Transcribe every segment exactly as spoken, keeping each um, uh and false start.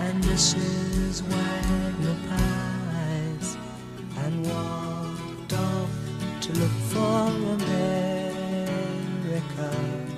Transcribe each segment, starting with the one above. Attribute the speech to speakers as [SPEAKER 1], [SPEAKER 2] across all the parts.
[SPEAKER 1] and missus Wagner pies, and walked off to look for America.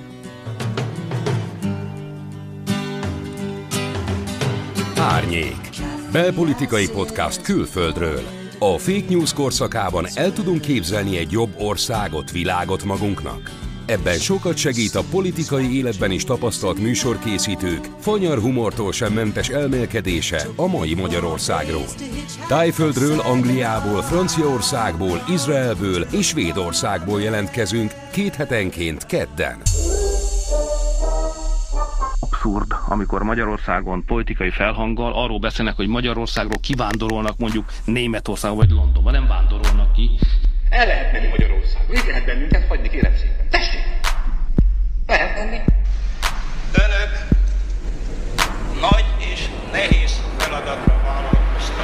[SPEAKER 2] Árnyék. Belpolitikai podcast külföldről. A fake news korszakában el tudunk képzelni egy jobb országot, világot magunknak? Ebben sokat segít a politikai életben is tapasztalt műsorkészítők fanyar humortól sem mentes elmélkedése a mai Magyarországról. Tájföldről, Angliából, Franciaországból, Izraelből és Svédországból jelentkezünk két hetenként kedden.
[SPEAKER 3] Abszurd, amikor Magyarországon politikai felhanggal arról beszélnek, hogy Magyarországról kivándorolnak mondjuk Németországba vagy Londonba, nem vándorolnak ki.
[SPEAKER 4] El lehet menni Magyarországon, így lehet bennünket hagyni, kérem szépen. Tessék! Lehet menni.
[SPEAKER 5] Önök nagy és nehéz feladatra vállalkoztak.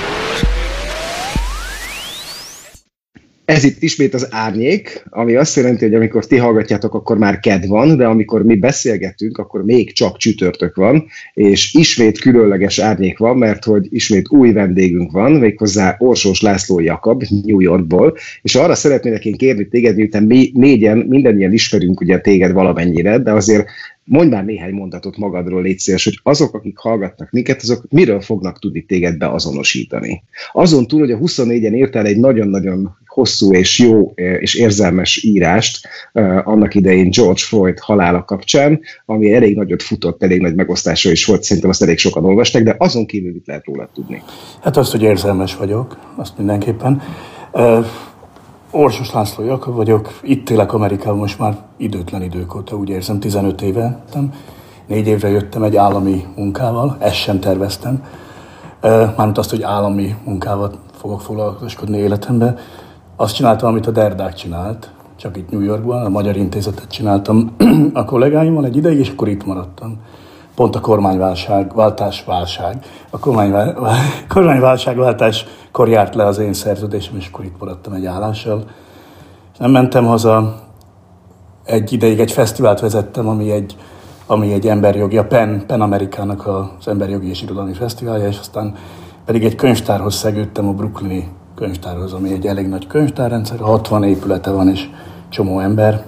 [SPEAKER 6] Ez itt ismét az Árnyék, ami azt jelenti, hogy amikor ti hallgatjátok, akkor már kedd van, de amikor mi beszélgetünk, akkor még csak csütörtök van, és ismét különleges Árnyék van, mert hogy ismét új vendégünk van, méghozzá Orsós László Jakab New Yorkból, és arra szeretnének én kérni téged, miután mi négyen mindannyian ismerünk ugye téged valamennyire, de azért mondj már néhány mondatot magadról, légy szíves, hogy azok, akik hallgatnak minket, azok miről fognak tudni téged beazonosítani. Azon túl, hogy a huszonnégyen írtál egy nagyon-nagyon hosszú és jó és érzelmes írást uh, annak idején George Floyd halála kapcsán, ami elég nagyot futott, elég nagy megosztása is volt, szerintem azt elég sokan olvasták, de azon kívül mit lehet róla tudni?
[SPEAKER 7] Hát azt, hogy érzelmes vagyok, azt mindenképpen. Uh, Orsós László Jakab vagyok, itt élek Amerikában most már időtlen idők óta, úgy érzem, tizenöt éve. Négy évre jöttem egy állami munkával, ezt sem terveztem. Mármint azt, hogy állami munkával fogok foglalkozkodni életemben. Azt csináltam, amit a Derdák csinált, csak itt New Yorkban, a Magyar Intézetet csináltam a kollégáimmal egy ideig, és akkor itt maradtam. Pont a kormányválság, váltás, válság. A kormányvál, kormányválságváltáskor járt le az én szerződésem, és akkor itt maradtam egy állással. És nem mentem haza, egy ideig egy fesztivált vezettem, ami egy, ami egy emberjogi, a PEN, PEN Amerikának az emberjogi és irodalmi fesztiválja, és aztán pedig egy könyvtárhoz szegődtem, a brooklyni könyvtárhoz, ami egy elég nagy könyvtárrendszer, hatvan épülete van, és csomó ember.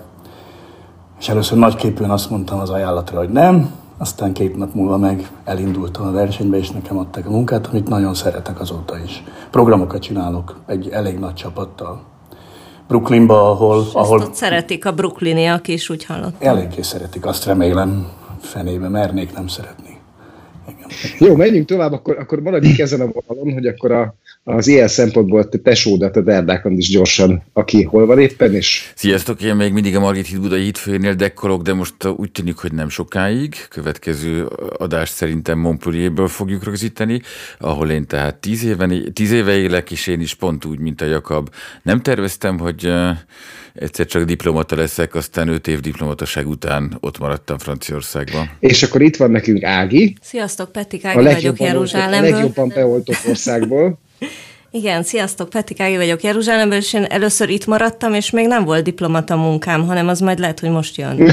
[SPEAKER 7] És először nagyképűen azt mondtam az ajánlatra, hogy nem, aztán két nap múlva meg elindultam a versenybe, és nekem adták a munkát, amit nagyon szeretek azóta is. Programokat csinálok egy elég nagy csapattal. Brooklynba, ahol... ahol
[SPEAKER 8] ott szeretik a brooklyniak is, úgy hallottam.
[SPEAKER 7] Eléggé szeretik, azt remélem, fenébe mernék nem szeretni. Igen.
[SPEAKER 6] Jó, menjünk tovább, akkor, akkor maradjunk ezen a vonalon, hogy akkor a, az ilyen szempontból te tesódat a Derdákon is gyorsan, aki hol van éppen, és...
[SPEAKER 9] Sziasztok, én még mindig a Margit híd budai hídfőjénél dekkolok, de most úgy tűnik, hogy nem sokáig. Következő adást szerintem Montpellierből fogjuk rögzíteni, ahol én tehát tíz, éven, tíz éve élek, és én is pont úgy, mint a Jakab. Nem terveztem, hogy egyszer csak diplomata leszek, aztán öt év diplomataság után ott maradtam Franciaországban.
[SPEAKER 6] És akkor itt van nekünk Ági.
[SPEAKER 8] Sziasztok, Petik Ági vagyok Jeruzsálemből.
[SPEAKER 6] A legjobban beoltott országból.
[SPEAKER 8] Igen, sziasztok, Petik Ági vagyok Jeruzsálemből, és én először itt maradtam, és még nem volt diplomata munkám, hanem az majd lehet, hogy most jön.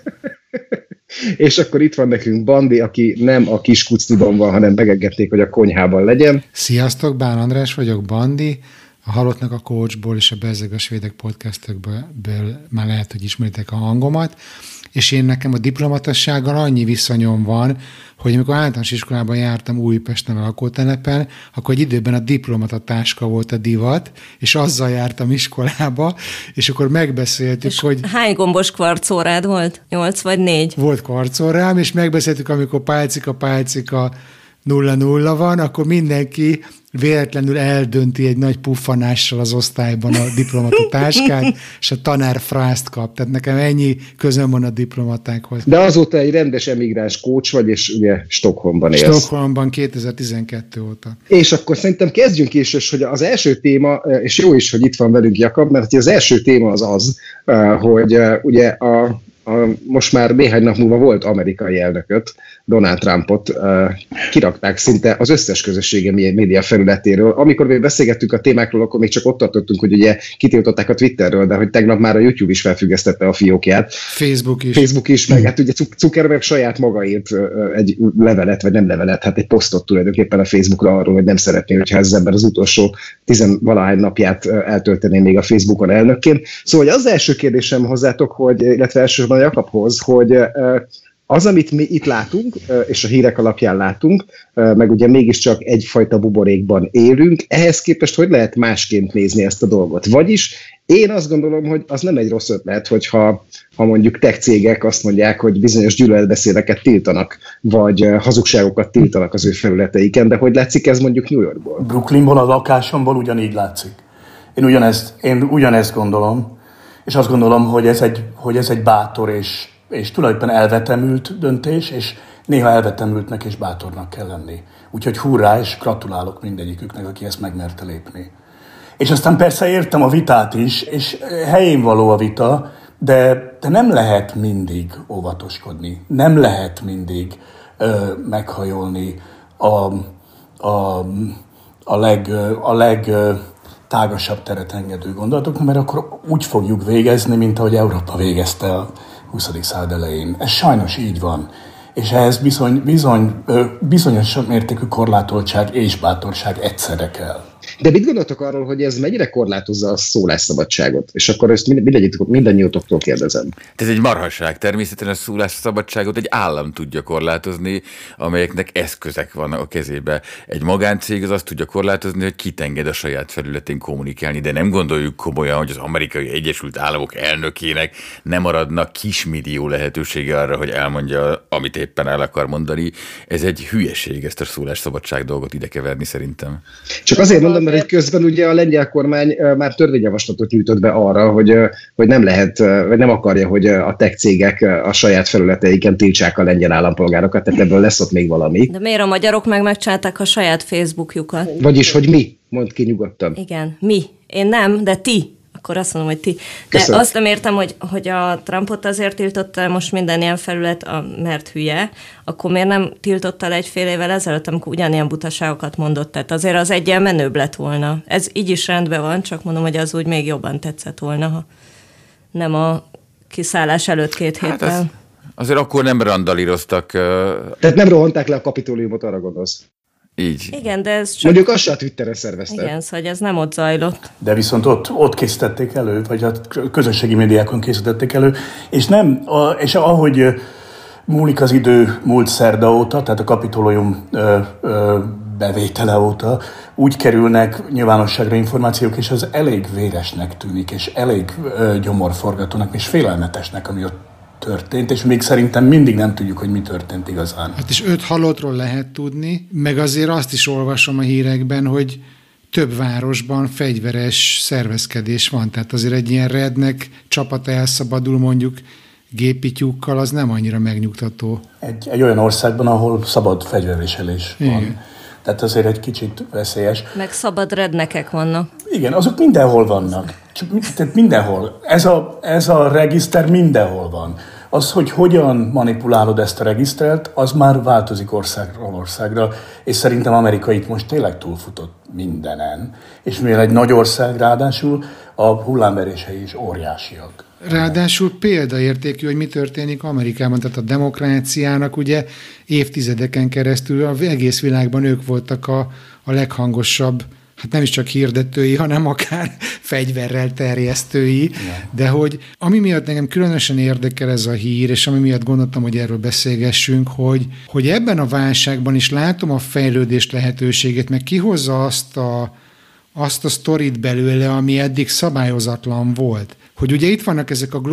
[SPEAKER 6] És akkor itt van nekünk Bandi, aki nem a Kiskucniban van, hanem megengedték, hogy a konyhában legyen.
[SPEAKER 10] Sziasztok, Bán András vagyok, Bandi. A Halottnak a Coachból és a Bezzeg a Svédek podcastökből már lehet, hogy ismeritek a hangomat, és én nekem a diplomatassággal annyi viszonyom van, hogy amikor általános iskolában jártam Újpesten a lakótelepen, akkor egy időben a diplomatatáska volt a divat, és azzal jártam iskolába, és akkor megbeszéltük, és hogy...
[SPEAKER 8] hány gombos kvarcórád volt? Nyolc vagy négy?
[SPEAKER 10] Volt kvarcórám, és megbeszéltük, amikor pálcika, pálcika nulla nulla van, akkor mindenki véletlenül eldönti egy nagy puffanással az osztályban a diplomatatáskát, és a tanár frászt kap. Tehát nekem ennyi közöm van a diplomatákhoz.
[SPEAKER 6] De azóta egy rendes emigráns coach vagy, és ugye Stockholmban élsz.
[SPEAKER 10] Stockholmban kétezer-tizenkettő óta. És
[SPEAKER 6] akkor szerintem kezdjünk is, hogy az első téma, és jó is, hogy itt van velünk Jakab, mert az első téma az az, hogy ugye a A, most már néhány nap múlva volt amerikai elnököt Donald Trumpot uh, kirakták szinte az összes közösségi média felületéről. Amikor még beszélgettünk a témákról, akkor még csak ott tartottunk, hogy ugye kitiltották a Twitterről, de hogy tegnap már a YouTube is felfüggesztette a fiókját.
[SPEAKER 10] Facebook is.
[SPEAKER 6] Facebook is, meg hát ugye Zuckerberg saját maga írt egy levelet, vagy nem levelet, hát egy posztot tulajdonképpen a Facebookra arról, hogy nem szeretné, hogyha ez az ember az utolsó tizenvalahány napját eltöltené még a Facebookon elnökként. Szóval az első kérdésem hozzátok, hogy, illetve elsősorban a Jakabhoz, hogy az, amit mi itt látunk, és a hírek alapján látunk, meg ugye mégiscsak egyfajta buborékban élünk, ehhez képest hogy lehet másként nézni ezt a dolgot? Vagyis én azt gondolom, hogy az nem egy rossz ötlet, hogyha ha mondjuk tech cégek azt mondják, hogy bizonyos gyűlöletbeszédeket tiltanak, vagy hazugságokat tiltanak az ő felületeiken, de hogy látszik ez mondjuk New Yorkból?
[SPEAKER 7] Brooklynból, a lakásomból ugyanígy látszik. Én ugyanezt, én ugyanezt gondolom, és azt gondolom, hogy ez egy, hogy ez egy bátor és és tulajdonképpen elvetemült döntés, és néha elvetemültnek és bátornak kell lenni. Úgyhogy hurrá, és gratulálok mindegyiküknek, aki ezt megmerte lépni. És aztán persze értem a vitát is, és helyén való a vita, de, de nem lehet mindig óvatoskodni, nem lehet mindig ö, meghajolni a, a, a leg, a leg tágasabb teret engedő gondolatoknak, mert akkor úgy fogjuk végezni, mint ahogy Európa végezte a huszadik század elején. Ez sajnos így van. És ehhez bizony, bizony, bizonyos mértékű korlátoltság és bátorság egyszerre kell.
[SPEAKER 6] De mit gondoltok arról, hogy ez mennyire korlátozza a szólásszabadságot? És akkor ezt mindannyiótoktól kérdezem.
[SPEAKER 9] Ez egy marhasság. Természetesen a szólásszabadságot egy állam tudja korlátozni, amelyeknek eszközek vannak a kezébe. Egy magáncég az azt tudja korlátozni, hogy kit enged a saját felületén kommunikálni, de nem gondoljuk komolyan, hogy az Amerikai Egyesült Államok elnökének nem maradna kismillió lehetősége arra, hogy elmondja, amit éppen el akar mondani. Ez egy hülyeség, ezt a szólásszabadság dolgot ide keverni szerintem.
[SPEAKER 6] Csak azért mondom, mert egy közben ugye a lengyel kormány már törvényjavaslatot nyújtott be arra, hogy, hogy nem lehet, vagy nem akarja, hogy a tech cégek a saját felületeiken tiltsák a lengyel állampolgárokat, tehát ebből lesz ott még valami.
[SPEAKER 8] De miért a magyarok meg megcsinálták a saját Facebookjukat?
[SPEAKER 6] Vagyis, hogy mi? Mondd ki nyugodtan.
[SPEAKER 8] Igen, mi. Én nem, de ti. Akkor azt mondom, hogy ti. De Köszönöm. Azt nem értem, hogy, hogy a Trumpot azért tiltotta most minden ilyen felület, a, mert hülye, akkor miért nem tiltotta le egy fél évvel ezelőtt, amikor ugyanilyen butaságokat mondott? Tehát azért az egyen menőbb lett volna. Ez így is rendben van, csak mondom, hogy az úgy még jobban tetszett volna, ha nem a kiszállás előtt két
[SPEAKER 9] hát
[SPEAKER 8] héttel.
[SPEAKER 9] Az, azért akkor nem randalíroztak. Uh...
[SPEAKER 6] Tehát nem rohanták le a Kapitóliumot, arra gondolsz?
[SPEAKER 9] Így.
[SPEAKER 8] Igen, de ez csak...
[SPEAKER 6] Mondjuk azt se a Twitteren szervezte.
[SPEAKER 8] Igen, szóval ez nem ott zajlott.
[SPEAKER 7] De viszont ott, ott készítették elő, vagy a közösségi médiákon készítették elő, és nem, a, és ahogy múlik az idő múlt szerda óta, tehát a Kapitolium ö, ö, bevétele óta, úgy kerülnek nyilvánosságra információk, és az elég véresnek tűnik, és elég ö, gyomorforgatónak, és félelmetesnek, ami ott történt, és még szerintem mindig nem tudjuk, hogy mi történt igazán.
[SPEAKER 10] Hát és öt halottról lehet tudni, meg azért azt is olvasom a hírekben, hogy több városban fegyveres szervezkedés van, tehát azért egy ilyen rednek csapat elszabadul mondjuk gépityúkkal, az nem annyira megnyugtató.
[SPEAKER 7] Egy, egy olyan országban, ahol szabad fegyverviselés van. Igen. Tehát azért egy kicsit veszélyes.
[SPEAKER 8] Meg szabad rednekek vannak.
[SPEAKER 7] Igen, azok mindenhol vannak. Tehát mindenhol. Ez a, ez a regiszter mindenhol van. Az, hogy hogyan manipulálod ezt a regisztert, az már változik országról országra, és szerintem Amerika itt most tényleg túlfutott mindenen. És mivel egy nagy ország, ráadásul a hullámverései is óriásiak.
[SPEAKER 10] Ráadásul példaértékű, hogy mi történik Amerikában, tehát a demokráciának ugye évtizedeken keresztül az egész világban ők voltak a, a leghangosabb, hát nem is csak hirdetői, hanem akár fegyverrel terjesztői, ja. De hogy ami miatt nekem különösen érdekel ez a hír, és ami miatt gondoltam, hogy erről beszélgessünk, hogy, hogy ebben a válságban is látom a fejlődés lehetőségét, meg kihozza azt a, azt a sztorit belőle, ami eddig szabályozatlan volt. Hogy ugye itt vannak ezek a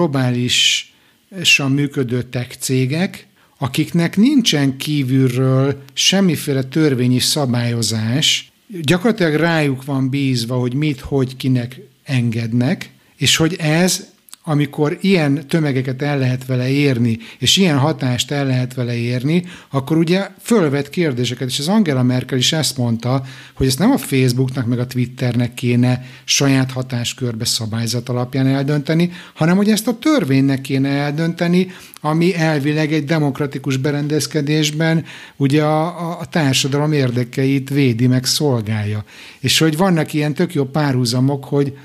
[SPEAKER 10] globálisan működő tech cégek, akiknek nincsen kívülről semmiféle törvényi szabályozás, gyakorlatilag rájuk van bízva, hogy mit, hogy, kinek engednek, és hogy ez amikor ilyen tömegeket el lehet vele érni, és ilyen hatást el lehet vele érni, akkor ugye fölvet kérdéseket, és az Angela Merkel is ezt mondta, hogy ezt nem a Facebooknak meg a Twitternek kéne saját hatáskörbe szabályzat alapján eldönteni, hanem hogy ezt a törvénynek kéne eldönteni, ami elvileg egy demokratikus berendezkedésben ugye a, a, a társadalom érdekeit védi meg szolgálja. És hogy vannak ilyen tök jó párhuzamok, hogy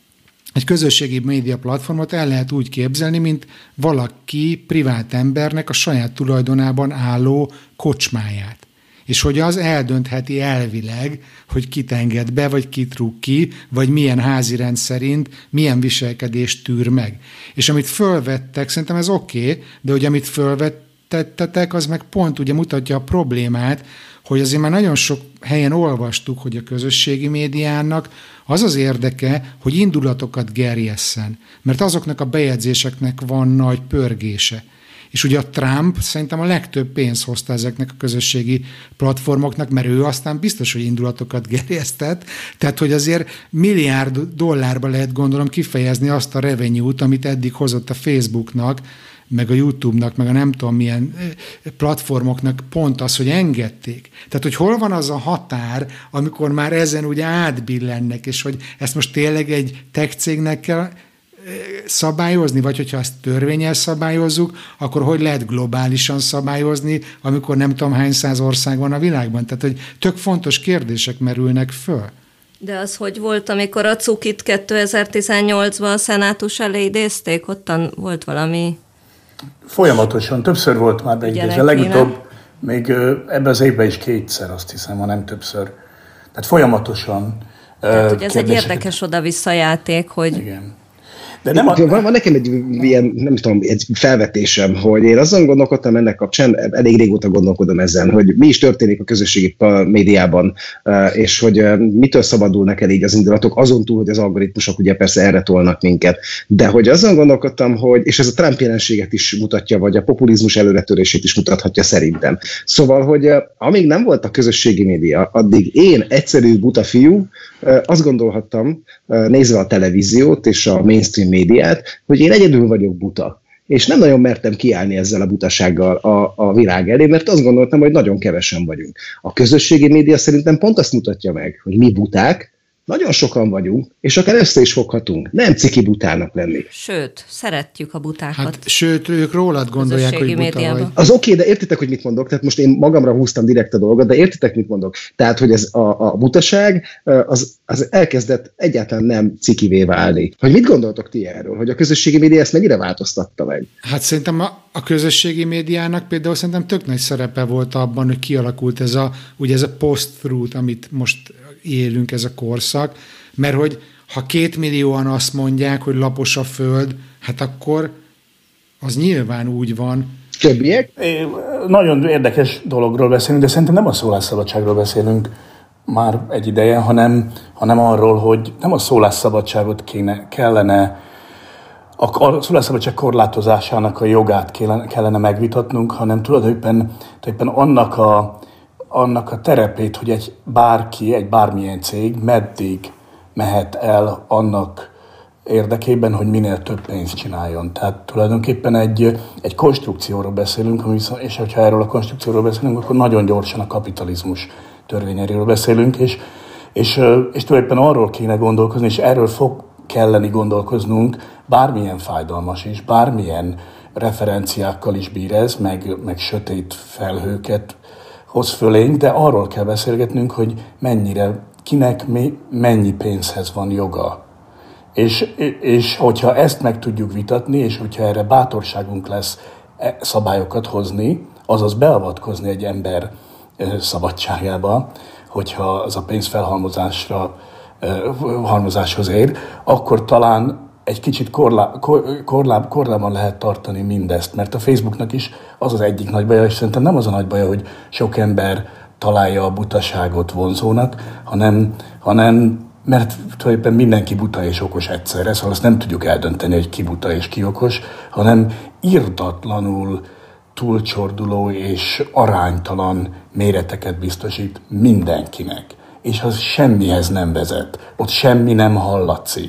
[SPEAKER 10] egy közösségi média platformot el lehet úgy képzelni, mint valaki privát embernek a saját tulajdonában álló kocsmáját. És hogy az eldöntheti elvileg, hogy kit enged be, vagy kit rúg ki, vagy milyen házi rend szerint, milyen viselkedést tűr meg. És amit fölvettek, szerintem ez oké, okay, de hogy amit fölvettettetek, az meg pont ugye mutatja a problémát, hogy azért már nagyon sok helyen olvastuk, hogy a közösségi médiának az az érdeke, hogy indulatokat gerjesszen, mert azoknak a bejegyzéseknek van nagy pörgése. És ugye a Trump szerintem a legtöbb pénzt hozta ezeknek a közösségi platformoknak, mert ő aztán biztos, hogy indulatokat gerjesztett, tehát hogy azért milliárd dollárba lehet gondolom kifejezni azt a revenue-t, amit eddig hozott a Facebooknak, meg a YouTube-nak, meg a nem tudom milyen platformoknak pont az, hogy engedték. Tehát, hogy hol van az a határ, amikor már ezen ugye átbillennek, és hogy ezt most tényleg egy tech cégnek kell szabályozni, vagy hogyha ezt törvénnyel szabályozzuk, akkor hogy lehet globálisan szabályozni, amikor nem tudom hány száz ország van a világban. Tehát, hogy tök fontos kérdések merülnek föl.
[SPEAKER 8] De az hogy volt, amikor a cukit kétezer-tizennyolcban a szenátus elé idézték? Ottan volt valami...
[SPEAKER 7] Folyamatosan, többször volt már beidézve. Legutóbb még ebben az évben is kétszer, azt hiszem, ha nem többször. Tehát folyamatosan.
[SPEAKER 8] Tehát, hogy ez egy érdekes oda-vissza játék, hogy...
[SPEAKER 7] Igen. De nem
[SPEAKER 6] a... van, van nekem egy ilyen, nem tudom, egy felvetésem, hogy én azon gondolkodtam ennek kapcsán, elég régóta gondolkodom ezen, hogy mi is történik a közösségi médiában, és hogy mitől szabadulnak el így az indulatok, azon túl, hogy az algoritmusok ugye persze erre tolnak minket. De hogy azon gondolkodtam, hogy, és ez a Trump jelenséget is mutatja, vagy a populizmus előretörését is mutathatja szerintem. Szóval, hogy amíg nem volt a közösségi média, addig én egyszerű buta fiú, azt gondolhattam, nézve a televíziót és a mainstream médiát, hogy én egyedül vagyok buta. És nem nagyon mertem kiállni ezzel a butasággal a, a világ elé, mert azt gondoltam, hogy nagyon kevesen vagyunk. A közösségi média szerintem pont azt mutatja meg, hogy mi buták, nagyon sokan vagyunk, és akár össze is foghatunk. Nem ciki butának lenni.
[SPEAKER 8] Sőt, szeretjük a butákat.
[SPEAKER 10] Hát, sőt, ők rólad gondolják, hogy buta médiában. Vagy.
[SPEAKER 6] Az oké, okay, de értitek, hogy mit mondok? Tehát most én magamra húztam direkt a dolgot, de értitek, mit mondok? Tehát, hogy ez a, a butaság az, az elkezdett egyáltalán nem cikivé válni. Hogy mit gondoltok ti erről? Hogy a közösségi média ezt mennyire változtatta meg?
[SPEAKER 10] Hát szerintem a, a közösségi médiának például szerintem tök nagy szerepe volt abban, hogy kialakult ez a, ugye ez a post-truth, amit most élünk, ez a korszak, mert hogy ha két millióan azt mondják, hogy lapos a föld, hát akkor az nyilván úgy van.
[SPEAKER 6] Többiek?
[SPEAKER 7] Nagyon érdekes dologról beszélünk, de szerintem nem a szólásszabadságról beszélünk már egy ideje, hanem, hanem arról, hogy nem a szólásszabadságot kéne, kellene, a szólásszabadság korlátozásának a jogát kellene, kellene megvitatnunk, hanem tulajdonképpen, tulajdonképpen annak a annak a terepét, hogy egy bárki, egy bármilyen cég meddig mehet el annak érdekében, hogy minél több pénzt csináljon. Tehát tulajdonképpen egy, egy konstrukcióról beszélünk, és ha erről a konstrukcióról beszélünk, akkor nagyon gyorsan a kapitalizmus törvényéről beszélünk, és, és, és tulajdonképpen arról kéne gondolkozni, és erről fog kelleni gondolkoznunk, bármilyen fájdalmas is, bármilyen referenciákkal is bír ez, meg, meg sötét felhőket hoz fölénk, de arról kell beszélgetnünk, hogy mennyire, kinek mi, mennyi pénzhez van joga. És, és hogyha ezt meg tudjuk vitatni, és hogyha erre bátorságunk lesz szabályokat hozni, azaz beavatkozni egy ember szabadságába, hogyha az a pénz felhalmozásra, halmozáshoz ér, akkor talán egy kicsit korlá, kor, korlá, korlában lehet tartani mindezt, mert a Facebooknak is az az egyik nagy baja, és szerintem nem az a nagy baja, hogy sok ember találja a butaságot vonzónak, hanem, hanem mert tulajdonképpen mindenki buta és okos egyszerre, szóval azt nem tudjuk eldönteni, hogy ki buta és ki okos, hanem irdatlanul túlcsorduló és aránytalan méreteket biztosít mindenkinek. És az semmihez nem vezet, ott semmi nem hallatszik.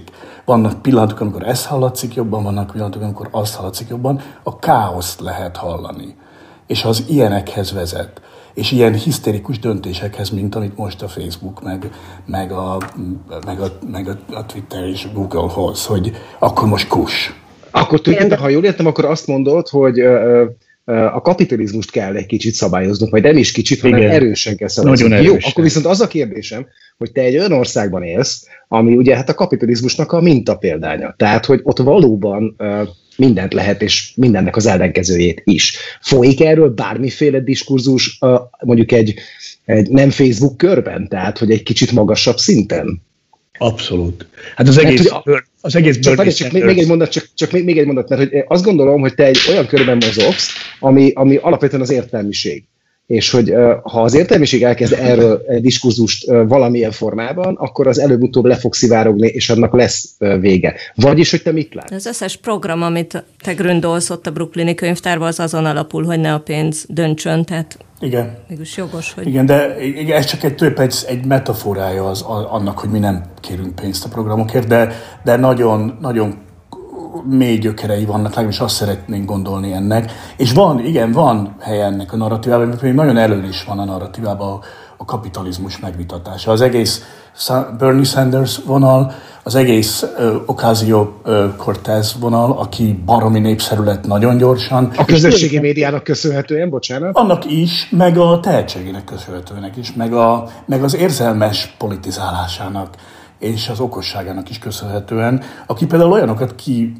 [SPEAKER 7] vannak pillanatok, amikor ez hallatszik jobban, vannak pillanatok, amikor azt hallatszik jobban, a káoszt lehet hallani. És az ilyenekhez vezet. És ilyen hisztérikus döntésekhez, mint amit most a Facebook, meg, meg, a, meg, a, meg a, a Twitter és Google hoz, hogy akkor most kus.
[SPEAKER 6] Akkor tulajdonképpen, ha jól értem, akkor azt mondod, hogy uh, uh, a kapitalizmust kell egy kicsit szabályoznunk, vagy nem is kicsit, hanem igen, erősen kell szabályoznunk. Nagyon erősen. Jó, akkor viszont az a kérdésem, hogy te egy olyan országban élsz, ami ugye hát a kapitalizmusnak a mintapéldánya. Tehát, hogy ott valóban uh, mindent lehet, és mindennek az ellenkezőjét is. Folyik erről bármiféle diskurzus, uh, mondjuk egy, egy nem Facebook körben? Tehát, hogy egy kicsit magasabb szinten?
[SPEAKER 11] Abszolút. Hát az egész, mert, bőr, az egész
[SPEAKER 6] csak, várj, csak még, még egy mondat, csak, csak még, még egy mondat, mert hogy azt gondolom, hogy te egy olyan körben mozogsz, ami, ami alapvetően az értelmiség. És hogy ha az értelmiség elkezd erről egy diskurzust valamilyen formában, akkor az előbb-utóbb le fog szivárogni, és annak lesz vége. Vagyis, hogy te mit látsz?
[SPEAKER 8] Az összes program, amit te gründolsz ott a brooklyni könyvtárban, az azon alapul, hogy ne a pénz döntsön, tehát
[SPEAKER 7] igen.
[SPEAKER 8] Mégis jogos, hogy...
[SPEAKER 7] Igen, de ez csak egy több egy, egy metaforája az, annak, hogy mi nem kérünk pénzt a programokért, de, de nagyon, nagyon mély gyökerei vannak, legalábbis azt szeretnénk gondolni ennek. És van, igen, van hely ennek a narratívában, mert még nagyon elől is van a narratívában a, a kapitalizmus megvitatása. Az egész Bernie Sanders vonal, az egész uh, Ocasio-Cortez vonal, aki baromi népszerű lett nagyon gyorsan.
[SPEAKER 6] A közösségi médiának köszönhetően, bocsánat?
[SPEAKER 7] Annak is, meg a tehetségének köszönhetően is, meg, a, meg az érzelmes politizálásának és az okosságának is köszönhetően, aki például olyanokat ki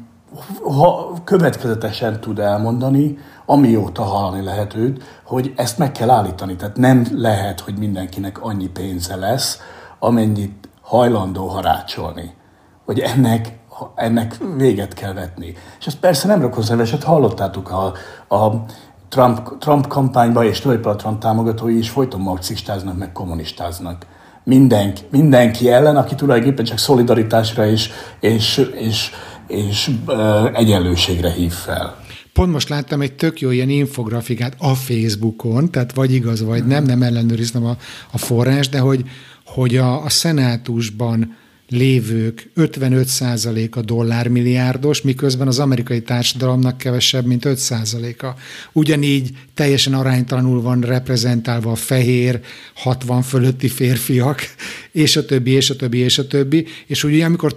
[SPEAKER 7] ha következetesen tud elmondani, amióta hallani lehet őt, hogy ezt meg kell állítani. Tehát nem lehet, hogy mindenkinek annyi pénze lesz, amennyit hajlandó harácsolni. Hogy ennek, ennek véget kell vetni. És ezt persze nem rokonszerveset, hallottátok a, a Trump, Trump kampányban, és tulajdonképpen a Trump támogatói is folyton marxistáznak, meg kommunistáznak. Mindenki, mindenki ellen, aki tulajdonképpen csak szolidaritásra és, és, és, és uh, egyenlőségre hív fel.
[SPEAKER 10] Pont most láttam egy tök jó ilyen infografikát a Facebookon, tehát vagy igaz, vagy nem, nem ellenőriztem a, a forrás, de hogy, hogy a, a szenátusban lévők ötvenöt százaléka dollármilliárdos, miközben az amerikai társadalomnak kevesebb, mint öt százaléka. Ugyanígy teljesen aránytalanul van reprezentálva a fehér, hatvan fölötti férfiak, és a többi, és a többi, és a többi. És ugye amikor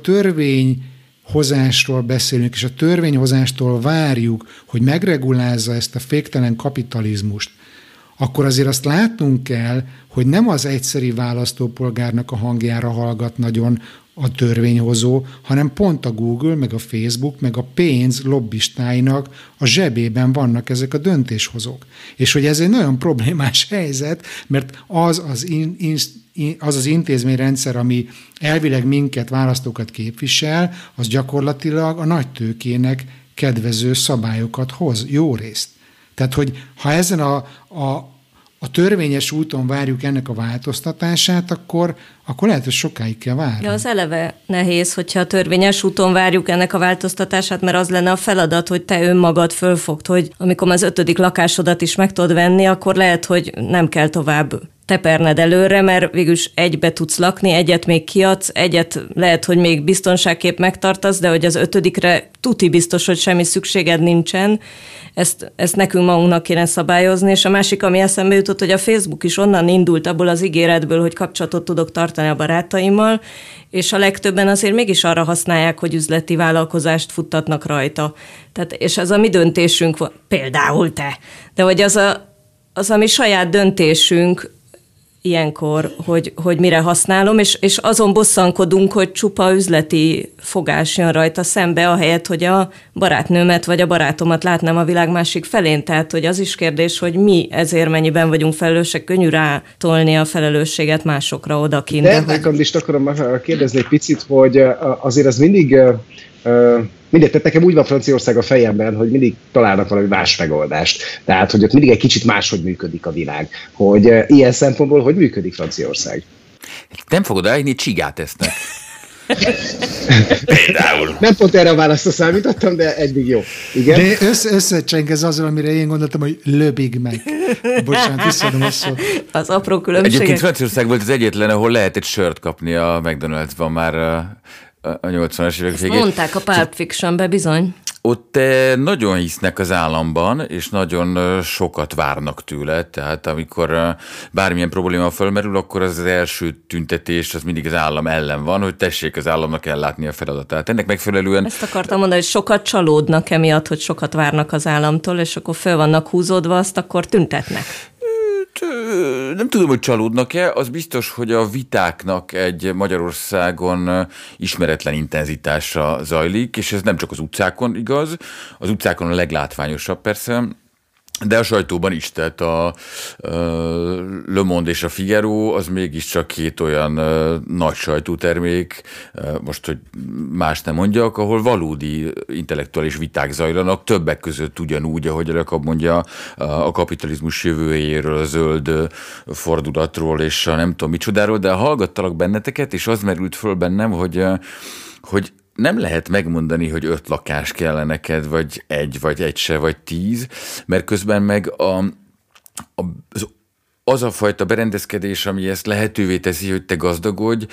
[SPEAKER 10] törvényhozásról beszélünk, és a törvényhozástól várjuk, hogy megregulázza ezt a féktelen kapitalizmust, akkor azért azt látnunk kell, hogy nem az egyszeri választópolgárnak a hangjára hallgat nagyon a törvényhozó, hanem pont a Google, meg a Facebook, meg a pénz lobbistáinak a zsebében vannak ezek a döntéshozók. És hogy ez egy nagyon problémás helyzet, mert az az, in, in, az, az intézményrendszer, ami elvileg minket, választókat képvisel, az gyakorlatilag a nagytőkének kedvező szabályokat hoz, jó részt. Tehát, hogy ha ezen a, a, a törvényes úton várjuk ennek a változtatását, akkor, akkor lehet, hogy sokáig kell várni.
[SPEAKER 8] Ja, az eleve nehéz, hogyha a törvényes úton várjuk ennek a változtatását, mert az lenne a feladat, hogy te önmagad fölfogd, hogy amikor az ötödik lakásodat is meg tudod venni, akkor lehet, hogy nem kell tovább teperned előre, mert végülis egybe tudsz lakni, egyet még kiadsz, egyet lehet, hogy még biztonságképp megtartasz, de hogy az ötödikre tuti biztos, hogy semmi szükséged nincsen. Ezt, ezt nekünk magunknak kéne szabályozni, és a másik, ami eszembe jutott, hogy a Facebook is onnan indult abból az ígéretből, hogy kapcsolatot tudok tartani a barátaimmal, és a legtöbben azért mégis arra használják, hogy üzleti vállalkozást futtatnak rajta. Tehát, és az a mi döntésünk van, például te, de hogy az a, az a mi saját döntésünk, ilyenkor, hogy, hogy mire használom, és, és azon bosszankodunk, hogy csupa üzleti fogás jön rajta szembe, ahelyett, hogy a barátnőmet vagy a barátomat látnám a világ másik felén. Tehát, hogy az is kérdés, hogy mi ezért mennyiben vagyunk felelősek, könnyű rátolni a felelősséget másokra odakint.
[SPEAKER 6] De, de hogy... is akarom kérdezni egy picit, hogy azért az mindig... Mindegy, tehát nekem úgy van Franciaország a fejemben, hogy mindig találnak valami más megoldást. Tehát, hogy ott mindig egy kicsit máshogy működik a világ. Hogy uh, ilyen szempontból hogy működik Franciaország?
[SPEAKER 9] Nem fogod elhinni, csigát esznek. Például.
[SPEAKER 6] Nem pont erre a válaszra számítottam, de eddig jó. Igen?
[SPEAKER 10] De össze, összecseng ez azzal, amire én gondoltam, hogy Le Big Mac. Bocsánat, visszadom a szót.
[SPEAKER 8] Az apró különbségek.
[SPEAKER 9] Egyébként Franciaország volt az egyetlen, ahol lehet egy sört kapni a McDonald'sban már a nyolcvanas évek végén.
[SPEAKER 8] Mondták a Pulp Fictionbe bizony.
[SPEAKER 9] Ott nagyon hisznek az államban, és nagyon sokat várnak tőle, tehát amikor bármilyen probléma fölmerül, akkor az, az első tüntetés az mindig az állam ellen van, hogy tessék az államnak ellátni a feladatát. Ennek megfelelően...
[SPEAKER 8] Ezt akartam mondani, hogy sokat csalódnak emiatt, hogy sokat várnak az államtól, és akkor föl vannak húzódva, azt akkor tüntetnek.
[SPEAKER 9] Nem tudom, hogy csalódnak-e, az biztos, hogy a vitáknak egy Magyarországon ismeretlen intenzitása zajlik, és ez nem csak az utcákon igaz, az utcákon a leglátványosabb persze, de a sajtóban is, tehát a, a Le Monde és a Figaro az mégiscsak két olyan a, nagy sajtótermék, a, most, hogy más nem mondjak, ahol valódi intellektuális viták zajlanak, többek között ugyanúgy, ahogy Jakab mondja, a kapitalizmus jövőjéről, a zöld fordulatról és a nem tudom micsodáról, de hallgattalak benneteket, és az merült föl bennem, hogy, hogy nem lehet megmondani, hogy öt lakás kell neked, vagy egy, vagy egy se, vagy tíz, mert közben meg a, a, az, az a fajta berendezkedés, ami ezt lehetővé teszi, hogy te gazdagodj,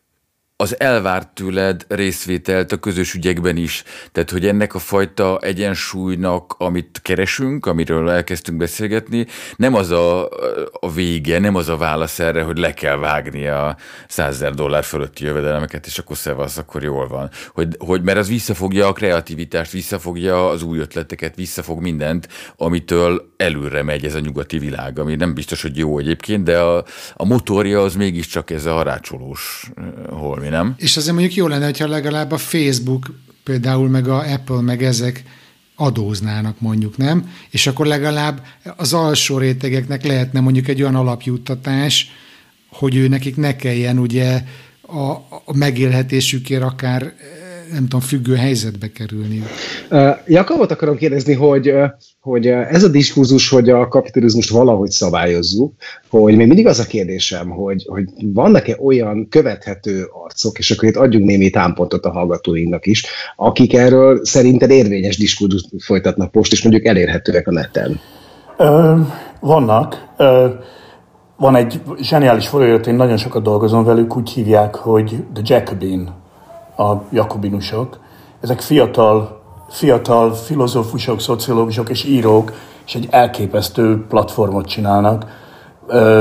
[SPEAKER 9] az elvárt tőled részvételt a közös ügyekben is. Tehát, hogy ennek a fajta egyensúlynak, amit keresünk, amiről elkezdtünk beszélgetni, nem az a, a vége, nem az a válasz erre, hogy le kell vágni a százezer dollár fölötti jövedelmeket, és akkor szevasz, akkor jól van. Hogy, hogy, mert az visszafogja a kreativitást, visszafogja az új ötleteket, visszafog mindent, amitől előre megy ez a nyugati világ, ami nem biztos, hogy jó egyébként, de a, a motorja az mégiscsak ez a harácsolós holmi. Nem?
[SPEAKER 10] És azért mondjuk jó lenne, hogyha legalább a Facebook például, meg a Apple, meg ezek adóznának mondjuk, nem? És akkor legalább az alsó rétegeknek lehetne mondjuk egy olyan alapjuttatás, hogy ő nekik ne kelljen ugye a, a megélhetésükért akár nem tudom, függő helyzetbe kerülni.
[SPEAKER 6] Uh, Jakabot akarom kérdezni, hogy, uh, hogy uh, ez a diskurzus, hogy a kapitalizmust valahogy szabályozzuk, hogy még mindig az a kérdésem, hogy, hogy vannak-e olyan követhető arcok, és akkor itt adjunk némi támpontot a hallgatóinknak is, akik erről szerinted érvényes diskurzust folytatnak most, és mondjuk elérhetőek a neten?
[SPEAKER 7] Ö, vannak. Ö, van egy zseniális folyóirat, én nagyon sokat dolgozom velük, úgy hívják, hogy The Jacobin, a jakobinusok. Ezek fiatal, fiatal filozófusok, szociológusok és írók, és egy elképesztő platformot csinálnak. Ö,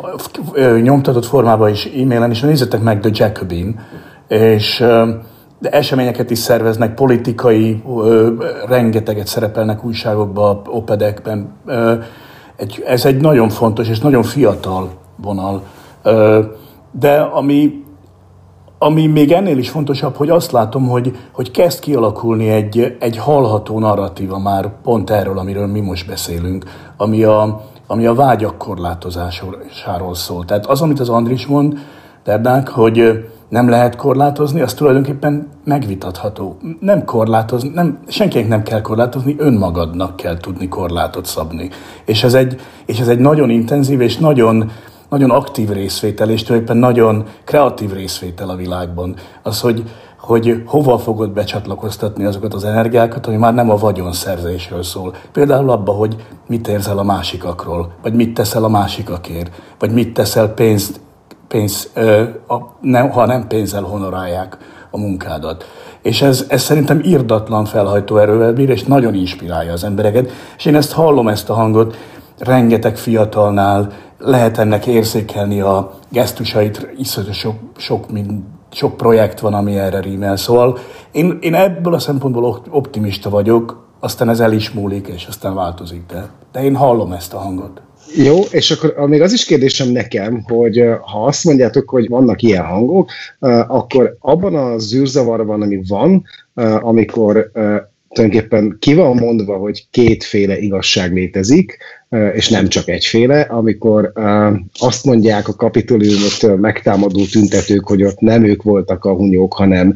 [SPEAKER 7] ö, nyomtatott formában is, e-mailen is, nézzetek meg The Jacobin, és ö, de eseményeket is szerveznek, politikai, ö, rengeteget szerepelnek újságokban, opedekben. Ö, egy, ez egy nagyon fontos és nagyon fiatal vonal. Ö, de ami Ami még ennél is fontosabb, hogy azt látom, hogy, hogy kezd kialakulni egy, egy hallható narratíva már pont erről, amiről mi most beszélünk, ami a, ami a vágyak korlátozásáról szól. Tehát az, amit az Andris mond, Terdák, hogy nem lehet korlátozni, az tulajdonképpen megvitatható. Nem korlátozni, nem, senkinek nem kell korlátozni, önmagadnak kell tudni korlátot szabni. És ez egy, és ez egy nagyon intenzív és nagyon nagyon aktív részvétel, és tulajdonképpen nagyon kreatív részvétel a világban. Az, hogy, hogy hova fogod becsatlakoztatni azokat az energiákat, ami már nem a vagyonszerzésről szól. Például abba, hogy mit érzel a másikakról, vagy mit teszel a másikakért, vagy mit teszel pénzt, pénz, ö, a, nem, ha nem pénzzel honorálják a munkádat. És ez, ez szerintem irdatlan felhajtó erővel bír, és nagyon inspirálja az embereket. És én ezt hallom, ezt a hangot, rengeteg fiatalnál lehet ennek érzékelni a gesztusait, iszonyatosan sok, sok, sok projekt van, ami erre rímel. Szóval én, én ebből a szempontból optimista vagyok, aztán ez el is múlik, és aztán változik, de, de én hallom ezt a hangot.
[SPEAKER 6] Jó, és akkor még az is kérdésem nekem, hogy ha azt mondjátok, hogy vannak ilyen hangok, akkor abban a zűrzavarban, ami van, amikor tulajdonképpen ki van mondva, hogy kétféle igazság létezik, és nem csak egyféle, amikor azt mondják a kapitoliumot megtámadó tüntetők, hogy ott nem ők voltak a hunyók, hanem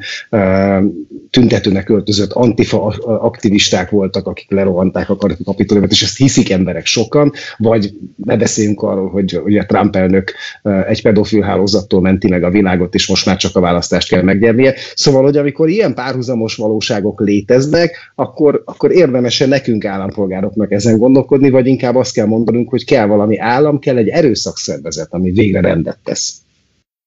[SPEAKER 6] tüntetőnek öltözött antifa aktivisták voltak, akik lerohanták a kapitoliumot, és ezt hiszik emberek sokan, vagy ne beszéljünk arról, hogy, hogy a Trump elnök egy pedofil hálózattól menti meg a világot, és most már csak a választást kell megnyernie. Szóval, hogy amikor ilyen párhuzamos valóságok léteznek, akkor, akkor érdemes nekünk állampolgároknak ezen gondolkodni, vagy inkább azt kell mondanunk, hogy kell valami állam, kell egy erőszakszervezet, ami végre rendet tesz.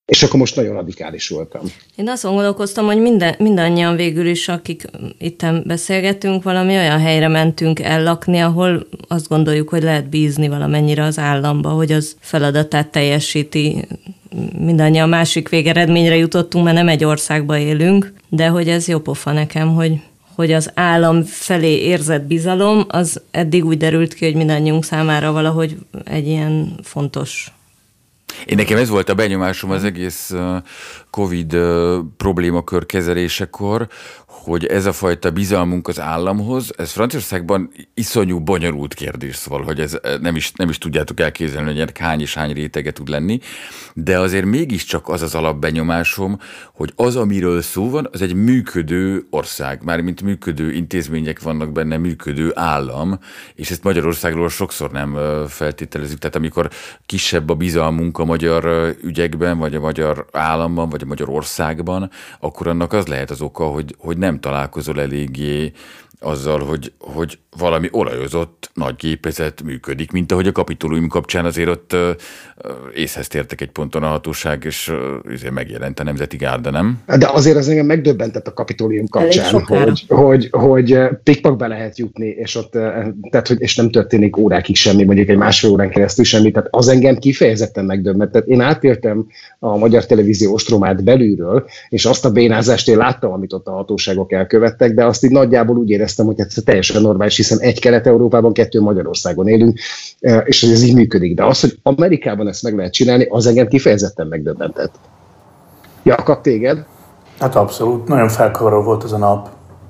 [SPEAKER 6] És akkor most nagyon radikális voltam.
[SPEAKER 8] Én azt gondolkoztam, hogy minden, mindannyian végül is, akik itten beszélgetünk, valami olyan helyre mentünk ellakni, ahol azt gondoljuk, hogy lehet bízni valamennyire az államba, hogy az feladatát teljesíti. Mindannyian másik végeredményre jutottunk, mert nem egy országban élünk, de hogy ez jó pofa nekem, hogy, hogy az állam felé érzett bizalom, az eddig úgy derült ki, hogy mindannyiunk számára valahogy egy ilyen fontos.
[SPEAKER 9] Én nekem ez volt a benyomásom az egész Covid problémakör kezelésekor, hogy ez a fajta bizalmunk az államhoz, ez Franciaországban iszonyú bonyolult kérdés, szóval, hogy ez nem is, nem is tudjátok elképzelni, hogy ennek hány és hány rétege tud lenni, de azért mégiscsak az az alapbenyomásom, hogy az, amiről szó van, az egy működő ország, mármint működő intézmények vannak benne, működő állam, és ezt Magyarországról sokszor nem feltételezzük. Tehát amikor kisebb a bizalmunk a magyar ügyekben, vagy a magyar államban, vagy a magyar országban, akkor annak az lehet az oka, hogy, hogy nem találkozol eléggé azzal, hogy, hogy valami olajozott nagy gépezet működik, mint ahogy a Kapitolium kapcsán azért ott uh, észhez tértek egy ponton a hatóság, és uh, megjelent a Nemzeti Gárda, nem?
[SPEAKER 6] De azért az engem megdöbbentett a Kapitolium kapcsán, hogy, hogy, hogy pikpakba lehet jutni, és ott, tehát, hogy, és nem történik órákig semmi, mondjuk egy másfél órán keresztül semmi, tehát az engem kifejezetten megdöbbentett. Én átéltem a magyar televízió ostromát belülről, és azt a bénázást én láttam, amit ott a hatóságok elkövettek, de azt így nagyjából úgy éreztem, hogy ez teljesen normális, hiszen egy Kelet-Európában, kettő Magyarországon élünk, és hogy ez így működik. De az, hogy Amerikában ezt meg lehet csinálni, az engem kifejezetten megdöbbentett. Jakab, téged?
[SPEAKER 7] Hát abszolút. Nagyon felkavaró volt ez a nap.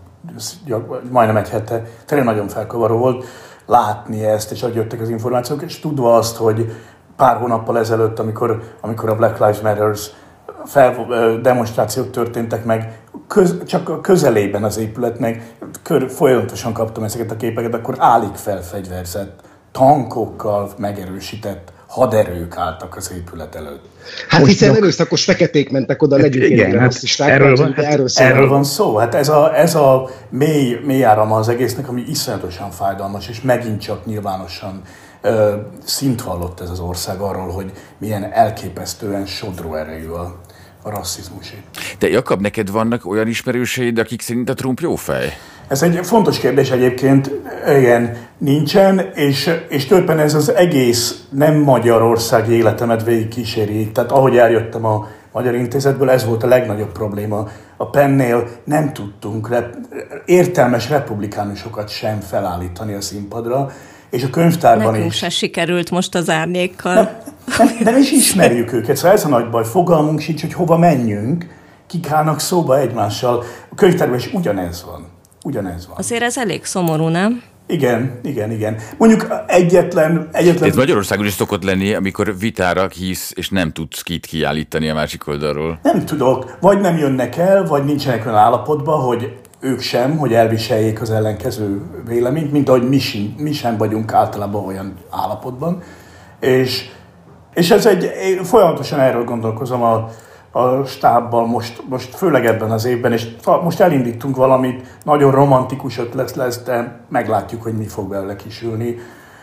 [SPEAKER 7] Majdnem egy hete. Tényleg nagyon felkavaró volt látni ezt, és ahogy jöttek az információk, és tudva azt, hogy pár hónappal ezelőtt, amikor, amikor a Black Lives Matters fel, demonstrációk történtek meg, köz, csak a közelében az épületnek, kör, folyamatosan kaptam ezeket a képeket, akkor állig felfegyverzett, tankokkal megerősített haderők álltak az épület előtt.
[SPEAKER 6] Hát most hiszen erőszakos feketék mentek oda, legyünk
[SPEAKER 7] igen, hát erről, van, hát erről, erről van szó. Hát ez a, ez a mély, mély árama az egésznek, ami iszonyatosan fájdalmas, és megint csak nyilvánosan ö, szint vallott ez az ország arról, hogy milyen elképesztően sodró erejű a, a rasszizmusé.
[SPEAKER 9] De Jakab, neked vannak olyan ismerőseid, akik szerint a Trump jó fej?
[SPEAKER 7] Ez egy fontos kérdés egyébként, igen, nincsen, és, és tulajdonképpen ez az egész nem Magyarországi életemet végig kíséri. Tehát ahogy eljöttem a Magyar Intézetből, ez volt a legnagyobb probléma. A Pennél nem tudtunk rep- értelmes republikánusokat sem felállítani a színpadra, és a könyvtárban
[SPEAKER 8] Nekünk
[SPEAKER 7] is.
[SPEAKER 8] se sikerült most az Árnyékkal.
[SPEAKER 7] Nem, nem, nem is ismerjük őket, szóval ez a nagy baj, fogalmunk sincs, hogy hova menjünk, kik állnak szóba egymással. A könyvtárban is ugyanez van. Ugyanez van.
[SPEAKER 8] Azért ez elég szomorú, nem?
[SPEAKER 7] Igen, igen, igen. Mondjuk egyetlen... egyetlen...
[SPEAKER 9] Ez Magyarországon is szokott lenni, amikor vitára hisz, és nem tudsz kit kiállítani a másik oldalról.
[SPEAKER 7] Nem tudok. Vagy nem jönnek el, vagy nincsenek olyan állapotban, hogy ők sem, hogy elviseljék az ellenkező véleményt, mint ahogy mi sem, mi sem vagyunk általában olyan állapotban. És, és ez egy... Folyamatosan erről gondolkozom a a stábbal most, most főleg ebben az évben, és most elindítunk valamit, nagyon romantikus ötlet lesz, de meglátjuk, hogy mi fog belőle kisülni.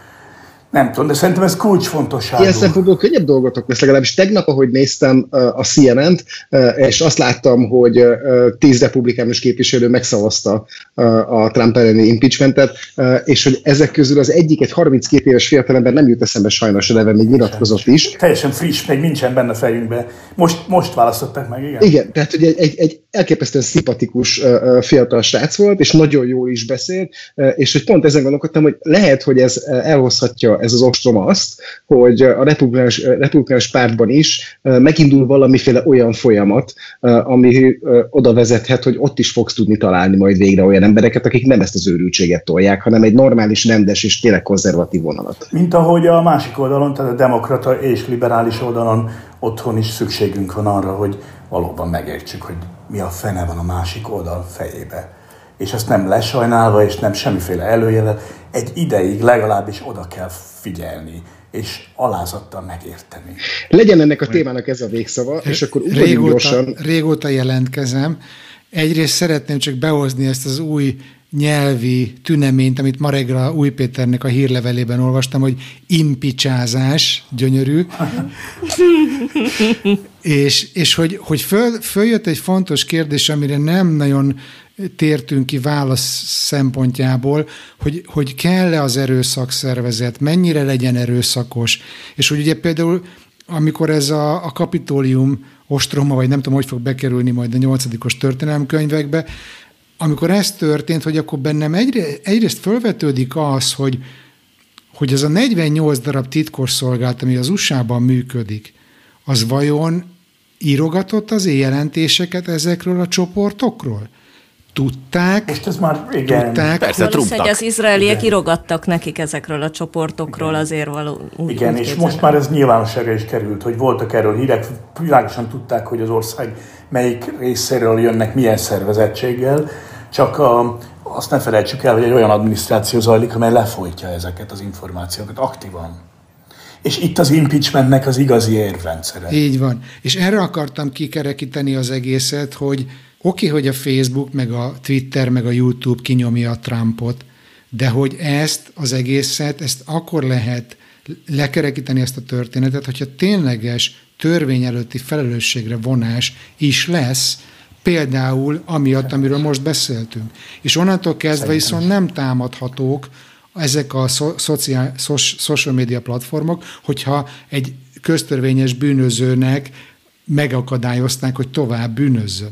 [SPEAKER 7] Nem tudom, de szerintem ez kulcsfontosságú.
[SPEAKER 6] Ilyen szempontból könnyebb dolgotok lesz, legalábbis tegnap, ahogy néztem a C N N-t, és azt láttam, hogy tíz republikánus képviselő megszavazta a Trump elleni impeachmentet, és hogy ezek közül az egyik, egy harminckét éves fiatalember, nem jut eszembe sajnos a neve, még nyilatkozott is.
[SPEAKER 7] Teljesen friss, még nincsen benne fejünkbe. Most, most választották meg, igen?
[SPEAKER 6] Igen, tehát hogy egy, egy, egy elképesztően szimpatikus fiatal srác volt, és nagyon jól is beszélt, és hogy pont ezen gondolkodtam, hogy lehet, hogy ez elhozhatja ez az ostrom azt, hogy a republikánus, republikánus pártban is megindul valamiféle olyan folyamat, ami oda vezethet, hogy ott is fogsz tudni találni majd végre olyan embereket, akik nem ezt az őrültséget tolják, hanem egy normális, rendes és tényleg konzervatív vonalat.
[SPEAKER 7] Mint ahogy a másik oldalon, tehát a demokrata és liberális oldalon otthon is szükségünk van arra, hogy valóban megértsük, hogy mi a fene van a másik oldal fejébe. És ezt nem lesajnálva, és nem semmiféle előjele, egy ideig legalábbis oda kell figyelni, és alázattal megérteni.
[SPEAKER 6] Legyen ennek a témának ez a végszava, és akkor
[SPEAKER 10] régóta,
[SPEAKER 6] gyorsan...
[SPEAKER 10] Régóta jelentkezem. Egyrészt szeretném csak behozni ezt az új nyelvi tüneményt, amit ma reggel a Új Péternek a hírlevelében olvastam, hogy impicsázás, gyönyörű, és, és hogy, hogy föl, följött egy fontos kérdés, amire nem nagyon tértünk ki válasz szempontjából, hogy, hogy kell-e az erőszakszervezet, mennyire legyen erőszakos, és hogy ugye például, amikor ez a, a Kapitólium ostroma, vagy nem tudom, hogy fog bekerülni majd a nyolcadikos történelemkönyvekbe, amikor ez történt, hogy akkor bennem egyre, egyrészt fölvetődik az, hogy, hogy ez a negyvennyolc darab titkosszolgálat, ami az u es á-ban működik, az vajon írogatott az jelentéseket ezekről a csoportokról? Tudták?
[SPEAKER 7] Most ez már igen.
[SPEAKER 10] Tudták?
[SPEAKER 8] Persze, valószínűleg az izraeliek igen. írogattak nekik ezekről a csoportokról, igen. azért való. Úgy,
[SPEAKER 7] igen,
[SPEAKER 8] úgy
[SPEAKER 7] és
[SPEAKER 8] képzelem.
[SPEAKER 7] most már ez nyilvánosságra is került, hogy voltak erről hírek, világosan tudták, hogy az ország melyik részéről jönnek, milyen szervezettséggel, csak a, azt ne felejtsük el, hogy egy olyan adminisztráció zajlik, amely lefolytja ezeket az információkat aktívan. És itt az impeachmentnek az igazi érvrendszere.
[SPEAKER 10] Így van. És erre akartam kikerekíteni az egészet, hogy oké, okay, hogy a Facebook, meg a Twitter, meg a YouTube kinyomja a Trumpot, de hogy ezt az egészet, ezt akkor lehet lekerekíteni ezt a történetet, hogyha tényleges törvény előtti felelősségre vonás is lesz, például amiatt, amiről most beszéltünk. És onnantól kezdve Szerintem viszont nem támadhatók ezek a szo- szociál, szos, social media platformok, hogyha egy köztörvényes bűnözőnek megakadályozták, hogy tovább bűnözzön.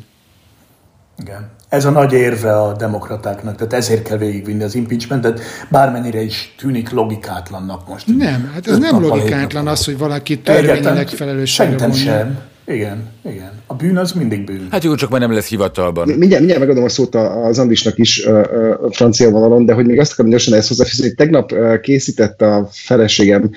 [SPEAKER 7] Igen. Ez a nagy érve a demokratáknak, tehát ezért kell végigvinni az impeachmentet, bármennyire is tűnik logikátlannak most.
[SPEAKER 10] Nem, hát ez nem logikátlan az, hogy valaki törvényileg felelősségre vonja.
[SPEAKER 7] Szerintem sem. Igen, igen. A bűn az mindig bűn.
[SPEAKER 9] Hát jó, csak már nem lesz hivatalban.
[SPEAKER 6] Mindjárt, mindjárt megadom a szót az Andrisnak is a francia vonalon, de hogy még azt akarom gyorsan ezt hozzáfűzni, hogy tegnap készített a feleségem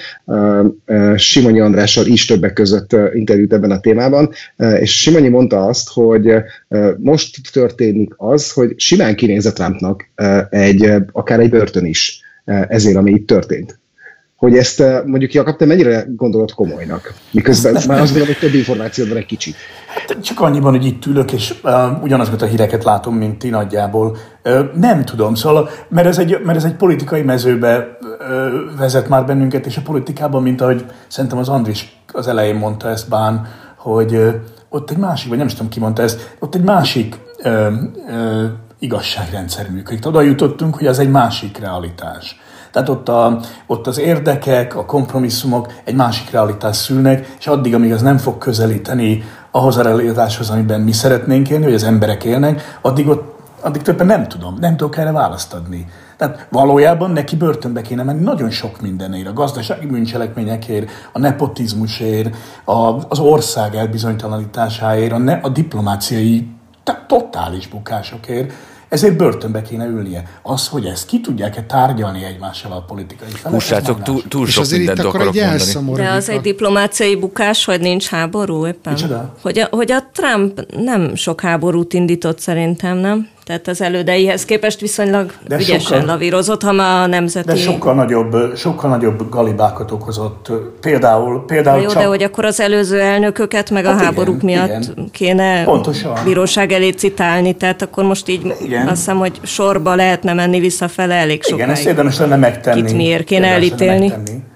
[SPEAKER 6] Simonyi Andrással is többek között interjút ebben a témában, és Simonyi mondta azt, hogy most történik az, hogy simán kinéz a Trumpnak egy, akár egy börtön is ezért, ami itt történt. Hogy ezt mondjuk Jakab, te mennyire gondolod komolynak? Miközben már azt gondolom, hogy több információd van egy kicsit.
[SPEAKER 7] Hát csak annyiban, hogy itt ülök, és uh, ugyanazokat a híreket látom, mint ti nagyjából. Uh, nem tudom, szóval, mert ez egy, mert ez egy politikai mezőbe uh, vezet már bennünket, és a politikában, mint ahogy szerintem az Andris az elején mondta ezt Bán, hogy uh, ott egy másik, vagy nem is tudom, ki mondta ezt, ott egy másik uh, uh, igazságrendszer működik. Oda jutottunk, hogy az egy másik realitás. Tehát ott, a, ott az érdekek, a kompromisszumok egy másik realitás szülnek, és addig, amíg az nem fog közelíteni ahhoz a realitáshoz, amiben mi szeretnénk élni, hogy az emberek élnek, addig, ott, addig többen nem tudom, nem tudok erre választ adni. Tehát valójában neki börtönbe kéne menni nagyon sok mindenért, a gazdasági bűncselekményekért, a nepotizmusért, a, az ország elbizonytalanításáért, a, ne, a diplomáciai totális bukásokért. Ezért börtönbe kéne ülnie. Az, hogy ezt ki tudják-e tárgyalni egymással a politikai felek.
[SPEAKER 9] Hússátok, túl, túl sok mindent akarok mondani.
[SPEAKER 8] De az egy diplomáciai bukás, hogy nincs háború éppen? Hogy a, hogy a Trump nem sok háborút indított szerintem, nem? Tehát az elődeihez képest viszonylag de ügyesen sokkal, lavírozott, ha már a nemzeti...
[SPEAKER 7] De sokkal nagyobb, sokkal nagyobb galibákat okozott. Például... például
[SPEAKER 8] jó,
[SPEAKER 7] csak...
[SPEAKER 8] de hogy akkor az előző elnököket meg hát a igen, háborúk miatt igen. kéne Pontosan. bíróság elé citálni, tehát akkor most így igen. azt hiszem, hogy sorba lehetne menni visszafele elég sokáig.
[SPEAKER 7] Igen, ezt érdemes lenne megtenni.
[SPEAKER 8] Kit miért kéne elítélni.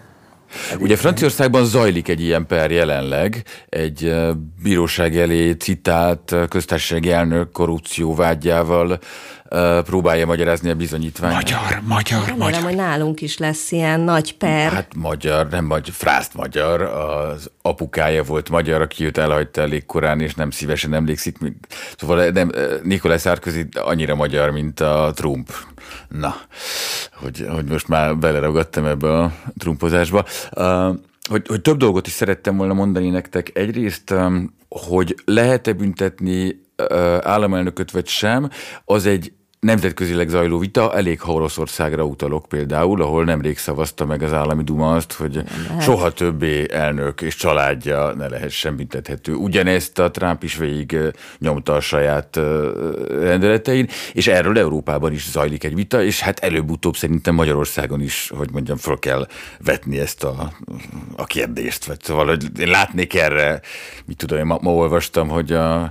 [SPEAKER 9] Ugye Franciaországban zajlik egy ilyen per jelenleg, egy bíróság elé citált köztársasági elnök korrupció vágyával próbálja magyarázni a bizonyítványt.
[SPEAKER 10] Magyar, magyar,
[SPEAKER 8] Remélem,
[SPEAKER 10] magyar.
[SPEAKER 8] hogy nálunk is lesz ilyen nagy per.
[SPEAKER 9] Hát magyar, nem magyar, frászt magyar, az apukája volt magyar, aki őt elhagyta elég korán, és nem szívesen emlékszik. Szóval nem, Nicolas Sarkozy annyira magyar, mint a Trump. Na, hogy, hogy most már beleragadtam ebbe a trumpozásba. Uh, hogy, hogy több dolgot is szerettem volna mondani nektek. Egyrészt, um, hogy lehet-e büntetni uh, államelnököt vagy sem, az egy nemzetközileg zajló vita, elég ha Oroszországra utalok például, ahol nemrég szavazta meg az állami duma azt, hogy soha többé elnök és családja ne lehessen büntethető. Ugyanezt a Trump is végig nyomta a saját rendeletein, és erről Európában is zajlik egy vita, és hát előbb-utóbb szerintem Magyarországon is, hogy mondjam, föl kell vetni ezt a, a kérdést. Vagy szóval, hogy én látnék erre, mit tudom, én ma, ma olvastam, hogy a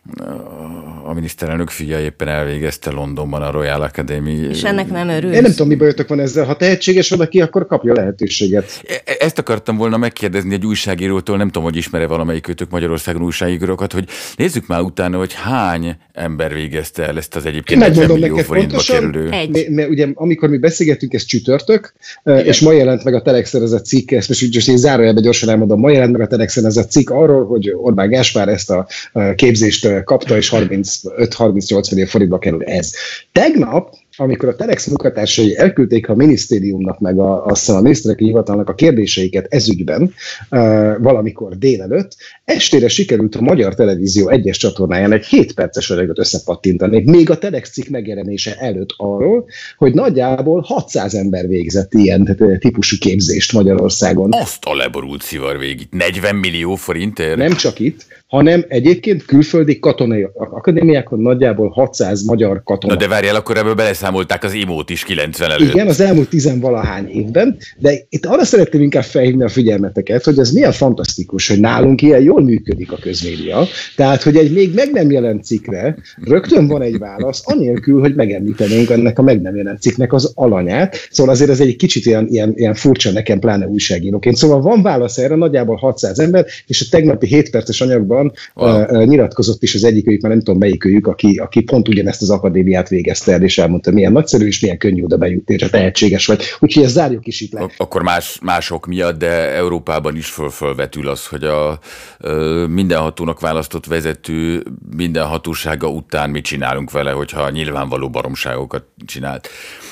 [SPEAKER 9] a miniszterelnök fia éppen elvégezte Londonban a Royal Academy.
[SPEAKER 8] És ennek nem örülsz?
[SPEAKER 6] Én nem tudom, mi bajotok van ezzel. Ha tehetséges valaki, akkor kapja lehetőséget.
[SPEAKER 9] Ezt akartam volna megkérdezni egy újságírótól, nem tudom, hogy ismer-e valamelyik őtök Magyarországon újságírókat, hogy nézzük már utána, hogy hány ember végezte el ezt az egyébként negyven millió forintba kerülő.
[SPEAKER 6] Egy. Mert ugye, amikor mi beszélgettünk, ez csütörtök, igen. És ma jelent meg a Telexen ez a cikk, ezt most úgy én zárójelben gyorsan elmondom, ma jelent meg a Telexen ez a cikk arról, hogy Orbán Gáspár ezt a képzést kapta, és harmincöt-harmincnyolc millió forintba kerül ez. Tegnap, amikor a Telex munkatársai elküldték a minisztériumnak, meg a, a, a minisztereki hivatalnak a kérdéseiket ezügyben uh, valamikor délelőtt, estére sikerült a Magyar Televízió egyes csatornáján egy hét perces anyagot összepattintani, még a Telex cikk megjelenése előtt arról, hogy nagyjából hatszáz ember végzett ilyen típusú képzést Magyarországon.
[SPEAKER 9] Azt a leborult szivar végig. negyven millió forintért?
[SPEAKER 6] Nem csak itt, hanem egyébként külföldi katonai akadémiákon nagyjából hatszáz magyar katona.
[SPEAKER 9] Na de várjál, akkor ebből beleszámolták az imót is kilencven előtt.
[SPEAKER 6] Igen, az elmúlt tizenvalahány évben, de itt arra szeretném inkább felhívni a figyelmeteket, hogy ez milyen fantasztikus, hogy nálunk ilyen jól működik a közmédia. Tehát, hogy egy még meg nem jelent cikkre rögtön van egy válasz, anélkül, hogy megemlítenénk ennek a meg nem jelent cikknek az alanyát. Szóval azért ez egy kicsit ilyen, ilyen, ilyen furcsa nekem, pláne újságíróként. Szóval van válasz erre, nagyjából hatszáz ember, és a tegnapi hét perces anyagban wow. uh, nyilatkozott is az egyikőjük, már nem tudom melyikőjük, aki, aki pont ugyanezt az akadémiát végezte el, és elmondta, milyen nagyszerű és milyen könnyű oda bejutni, és tehetséges vagy. Úgyhogy ezt zárjuk is itt le.
[SPEAKER 9] Akkor más, mások miatt, de Európában is föl, fölvetül az, hogy a ö, mindenhatónak választott vezető minden hatósága után mit csinálunk vele, hogyha nyilvánvaló baromságokat csinált.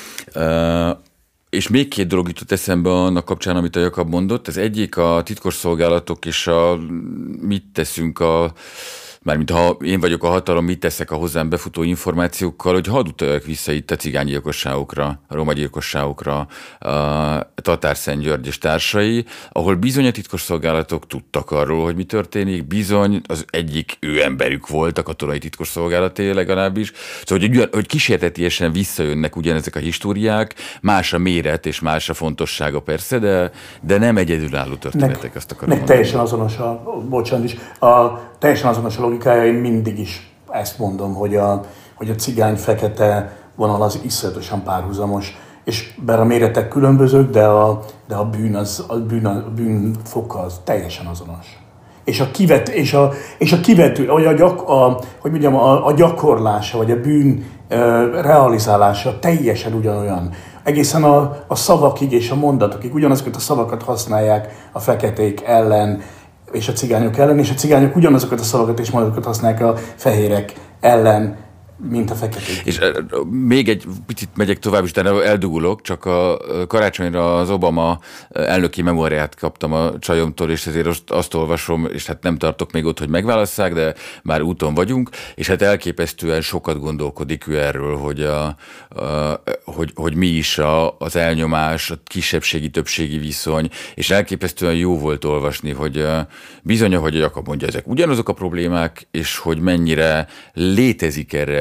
[SPEAKER 9] Ö, És még két dolog jutott eszembe annak kapcsán, amit a Jakab mondott. Az egyik a titkosszolgálatok és a mit teszünk a mármint ha én vagyok a hatalom, mit teszek a hozzám befutó információkkal, hogy hadd utaljak vissza itt a cigánygyilkosságokra, a romagyilkosságokra, a Tatárszentgyörgy és társai, ahol bizony a titkosszolgálatok tudtak arról, hogy mi történik, bizony az egyik ő emberük volt, a katonai titkosszolgálaté legalábbis, szóval hogy, hogy kísértetiesen visszajönnek ugyanezek a históriák, más a méret és más a fontossága persze, de, de nem egyedülálló történetek, azt akarom mondani.
[SPEAKER 7] Teljesen azonos a, bocsánat is, a, teljesen azonos a logikája, én mindig is ezt mondom, hogy a, hogy a cigány-fekete vonal az iszonyatosan párhuzamos, és bár a méretek különbözők, de a, de a bűn, az, a bűn, a bűn foka az teljesen azonos. És a, kivet, és a, és a kivető, vagy a, gyak, a, hogy mondjam, a, a gyakorlása, vagy a bűn e, realizálása teljesen ugyanolyan. Egészen a, a szavakig és a mondatokig ugyanazokat a szavakat használják a feketék ellen, és a cigányok ellen, és a cigányok ugyanazokat a szavakat és mondatokat használják a fehérek ellen, mint a feketék.
[SPEAKER 9] És uh, még egy picit megyek tovább, és utána eldugulok, csak a karácsonyra az Obama elnöki memóriát kaptam a csajomtól, és ezért azt, azt olvasom, és hát nem tartok még ott, hogy megválasszák, de már úton vagyunk, és hát elképesztően sokat gondolkodik ő erről, hogy, a, a, hogy, hogy mi is a, az elnyomás, a kisebbségi-többségi viszony, és elképesztően jó volt olvasni, hogy bizony, ahogy Jakab mondja, ezek ugyanazok a problémák, és hogy mennyire létezik erre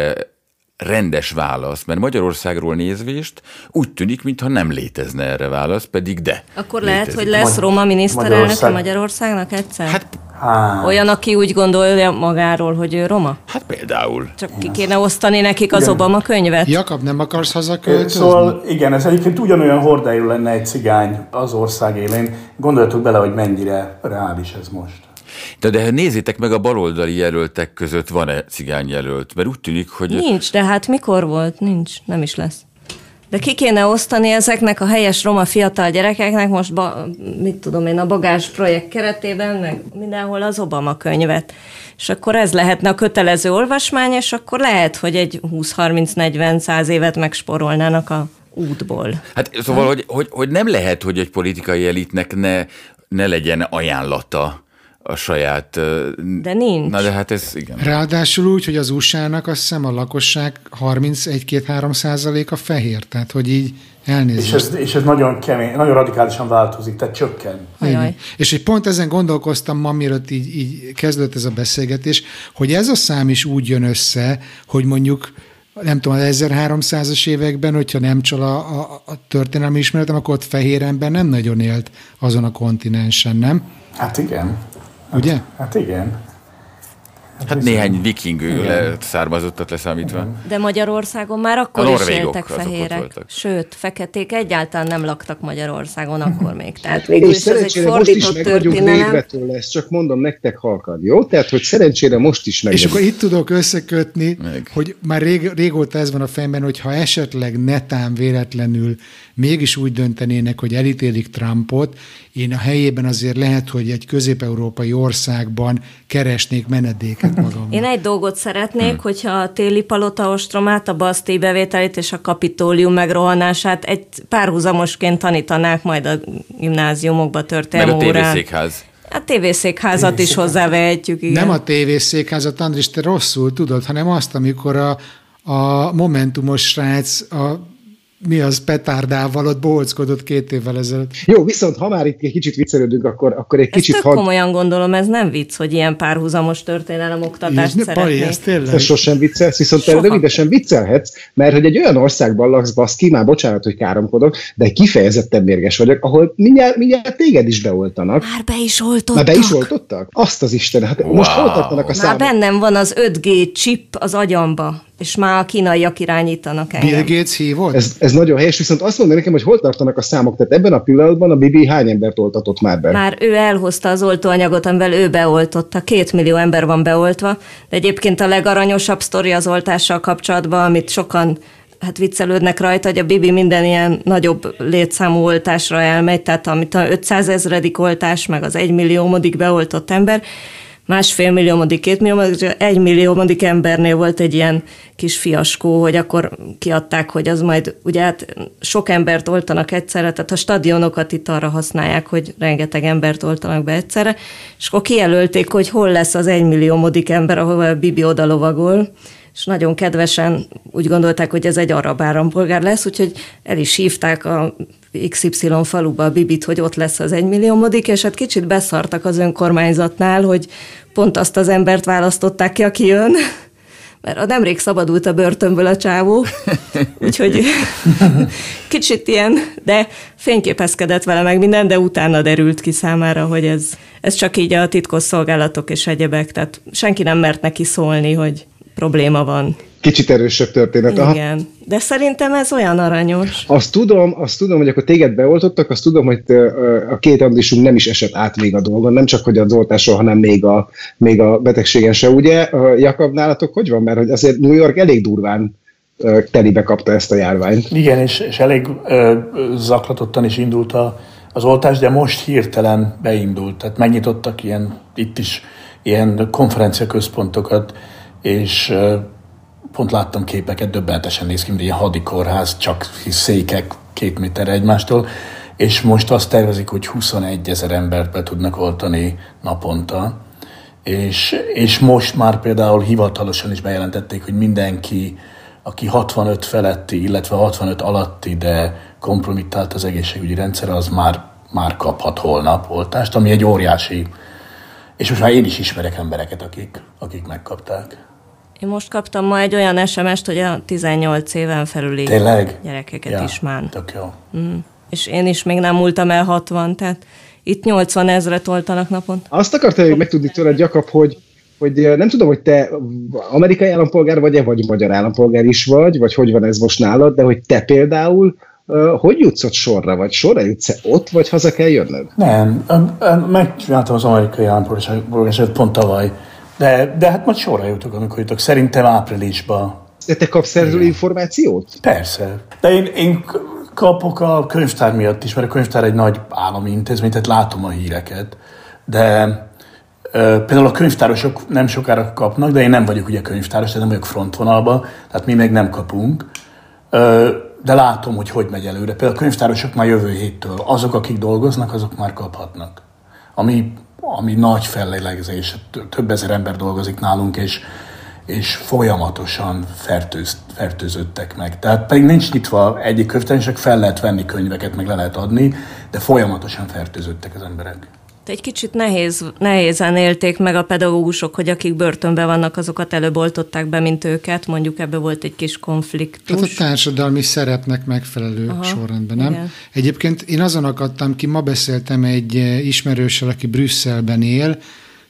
[SPEAKER 9] rendes válasz, mert Magyarországról nézvést úgy tűnik, mintha nem létezne erre válasz, pedig de.
[SPEAKER 8] Akkor
[SPEAKER 9] létezik.
[SPEAKER 8] Lehet, hogy lesz Roma miniszterelnök Magyarország. Magyarországnak egyszer? Hát, hát. Olyan, aki úgy gondolja magáról, hogy ő roma?
[SPEAKER 9] Hát például.
[SPEAKER 8] Csak ki kéne osztani nekik az igen. Obama könyvet.
[SPEAKER 10] Jakab, nem akarsz hazaköltözni?
[SPEAKER 7] Szóval igen, ez egyébként ugyanolyan hordájú lenne egy cigány az ország élén. Gondoljatok bele, hogy mennyire reális ez most.
[SPEAKER 9] De, de nézzétek meg, a baloldali jelöltek között van-e cigányjelölt? Mert úgy tűnik, hogy...
[SPEAKER 8] Nincs, de hát mikor volt? Nincs, nem is lesz. De ki kéne osztani ezeknek a helyes roma fiatal gyerekeknek most, ba, mit tudom én, a bagázs projekt keretében, meg mindenhol az Obama könyvet. És akkor ez lehetne a kötelező olvasmány, és akkor lehet, hogy egy húsz-harminc-negyven-száz évet megsporolnának a útból.
[SPEAKER 9] Hát szóval, hogy, hogy, hogy nem lehet, hogy egy politikai elitnek ne, ne legyen ajánlata a saját...
[SPEAKER 8] De nincs.
[SPEAKER 9] Na de hát ez igen.
[SPEAKER 10] Ráadásul úgy, hogy az u es á-nak azt hiszem a lakosság harmincegy-két-három százaléka fehér, tehát hogy így elnézést.
[SPEAKER 7] És ez, és ez nagyon kemény, nagyon radikálisan változik, tehát csökken.
[SPEAKER 10] És hogy pont ezen gondolkoztam ma, mielőtt így, így kezdődött ez a beszélgetés, hogy ez a szám is úgy jön össze, hogy mondjuk nem tudom, az ezerháromszázas években, hogyha nem csal a, a, a történelmi ismeretem, akkor ott fehér ember nem nagyon élt azon a kontinensen, nem?
[SPEAKER 7] Hát igen.
[SPEAKER 10] Ugye?
[SPEAKER 7] Hát igen.
[SPEAKER 9] Hát néhány viking származottat leszámítva.
[SPEAKER 8] De Magyarországon már akkor is éltek fehérek. Sőt, feketék egyáltalán nem laktak Magyarországon akkor még. Tehát végül is ez egy fordított történelem.
[SPEAKER 6] Ezt csak mondom nektek halkad, jó? Tehát, hogy szerencsére most is meg.
[SPEAKER 10] És akkor itt tudok összekötni, meg. hogy már rég, régóta ez van a fejemben, hogy ha esetleg netán véletlenül mégis úgy döntenének, hogy elítélik Trumpot, én a helyében azért lehet, hogy egy közép-európai országban keresnék menedéket magamnak.
[SPEAKER 8] Én egy dolgot szeretnék, hmm. hogyha a téli palota ostromát, a Basztíj bevételét és a Kapitólium megrohanását egy párhuzamosként tanítanák majd a gimnáziumokba történelmi órán.
[SPEAKER 9] Meg a tévészékház.
[SPEAKER 8] A tévészékházat is hozzávehetjük, igen.
[SPEAKER 10] Nem a tévészékházat, Andris, te rosszul tudod, hanem azt, amikor a, a momentumos srác a mi az petárdával ott bohóckodott két évvel ezelőtt.
[SPEAKER 6] Jó, viszont ha már itt egy kicsit viccelődünk, akkor, akkor egy
[SPEAKER 8] ezt
[SPEAKER 6] kicsit...
[SPEAKER 8] Ezt tök komolyan gondolom, ez nem vicc, hogy ilyen párhuzamos történelemoktatást szeretnék.
[SPEAKER 10] Ez tényleg.
[SPEAKER 6] Ez sosem viccelsz, viszont te rövidesen viccelhetsz, mert hogy egy olyan országban laksz, baszki, már bocsánat, hogy káromkodok, de kifejezetten mérges vagyok, ahol mindjárt, mindjárt téged is beoltanak.
[SPEAKER 8] Már be is oltottak.
[SPEAKER 6] Már be is oltottak? Azt az Isten, hát wow. Most hol tartanak a számok?
[SPEAKER 8] Már bennem van az öt G chip az agyamba, és már a kínaiak irányítanak engem.
[SPEAKER 10] Bill Gates hívott?
[SPEAKER 6] Ez, ez nagyon helyes, viszont azt mondom nekem, hogy hol tartanak a számok. Tehát ebben a pillanatban a Bibi hány embert oltatott már be?
[SPEAKER 8] Már ő elhozta az oltóanyagot, amivel ő beoltotta. Két millió ember van beoltva, de egyébként a legaranyosabb sztori az oltással kapcsolatban, amit sokan hát viccelődnek rajta, hogy a Bibi minden ilyen nagyobb létszámú oltásra elmegy, tehát amit a ötszázezredik oltás, meg az egymilliómodik beoltott ember, másfél milliómodik, két milliómodik, egy milliómodik embernél volt egy ilyen kis fiaskó, hogy akkor kiadták, hogy az majd, ugye hát sok embert oltanak egyszerre, tehát a stadionokat itt arra használják, hogy rengeteg embert oltanak be egyszerre, és akkor kijelölték, hogy hol lesz az egy milliómodik ember, ahol a Bibi oda lovagol, és nagyon kedvesen úgy gondolták, hogy ez egy arab állampolgár lesz, úgyhogy el is hívták a iksz ipszilon faluba a Bibit, hogy ott lesz az egymilliómodik, és hát kicsit beszartak az önkormányzatnál, hogy pont azt az embert választották ki, aki jön, mert nemrég szabadult a börtönből a csávó, úgyhogy kicsit ilyen, de fényképezkedett vele meg minden, de utána derült ki számára, hogy ez, ez csak így a titkos szolgálatok és egyebek, tehát senki nem mert neki szólni, hogy probléma van.
[SPEAKER 6] Kicsit erősebb történet.
[SPEAKER 8] Igen, aha. De szerintem ez olyan aranyos.
[SPEAKER 6] Azt tudom, azt tudom, hogy akkor téged beoltottak, azt tudom, hogy a két Andrisunk nem is esett át még a dolgon, nem csak hogy az oltásról, hanem még a, még a betegségen se, ugye? Jakab, nálatok hogy van? Mert hogy azért New York elég durván telibe kapta ezt a járványt.
[SPEAKER 7] Igen, és, és elég ö, zaklatottan is indult a, az oltás, de most hirtelen beindult. Tehát megnyitottak ilyen, itt is ilyen konferenciaközpontokat, és pont láttam képeket, döbbenetesen néz ki, mint ilyen hadikórház, csak székek két méterre egymástól, és most azt tervezik, hogy huszonegy ezer embert be tudnak oltani naponta, és, és most már például hivatalosan is bejelentették, hogy mindenki, aki hatvanöt feletti, illetve hatvanöt alatti, de kompromittált az egészségügyi rendszer, az már, már kaphat holnap oltást, ami egy óriási, és most már én is ismerek embereket, akik, akik megkapták.
[SPEAKER 8] Én most kaptam ma egy olyan es em est, hogy a tizennyolc éven felüli
[SPEAKER 7] Tényleg?
[SPEAKER 8] gyerekeket
[SPEAKER 7] ja,
[SPEAKER 8] is már.
[SPEAKER 7] Tök jó.
[SPEAKER 8] Mm. És én is még nem múltam el hatvan, tehát itt nyolcvan ezret oltanak napon.
[SPEAKER 6] Azt akartam még megtudni tőled, Jakab, hogy, hogy nem tudom, hogy te amerikai állampolgár vagy-e, vagy magyar állampolgár is vagy, vagy hogy van ez most nálad, de hogy te például Uh, hogy jutsz ott sorra, vagy sorra jutsz ott, vagy haza kell jönnöd?
[SPEAKER 7] Nem, megcsináltam az amerikai állampolgárságot pont tavaly, de, de hát majd sorra jutok, amikor jutok. Szerintem áprilisban.
[SPEAKER 6] De te kapsz erről információt?
[SPEAKER 7] Persze. De én, én kapok a könyvtár miatt is, mert a könyvtár egy nagy állami intézmény, tehát látom a híreket. De ö, például a könyvtárosok nem sokára kapnak, de én nem vagyok ugye könyvtáros, tehát nem vagyok frontvonalban, tehát mi még nem kapunk. Ö, de látom, hogy hogy megy előre. Például a könyvtárosok már jövő héttől, azok, akik dolgoznak, azok már kaphatnak. Ami, ami nagy fellélegzés, több ezer ember dolgozik nálunk, és, és folyamatosan fertőz, fertőzöttek meg. Tehát pedig nincs nyitva egyik könyvtár, csak fel lehet venni könyveket, meg le lehet adni, de folyamatosan fertőzöttek az emberek.
[SPEAKER 8] Egy kicsit nehéz, nehézen élték meg a pedagógusok, hogy akik börtönben vannak, azokat előbb oltották be, mint őket. Mondjuk ebbe volt egy kis konfliktus.
[SPEAKER 10] Tehát a társadalmi szerepnek megfelelő aha, sorrendben, nem? Igen. Egyébként én azon akadtam ki, ma beszéltem egy ismerőssel, aki Brüsszelben él,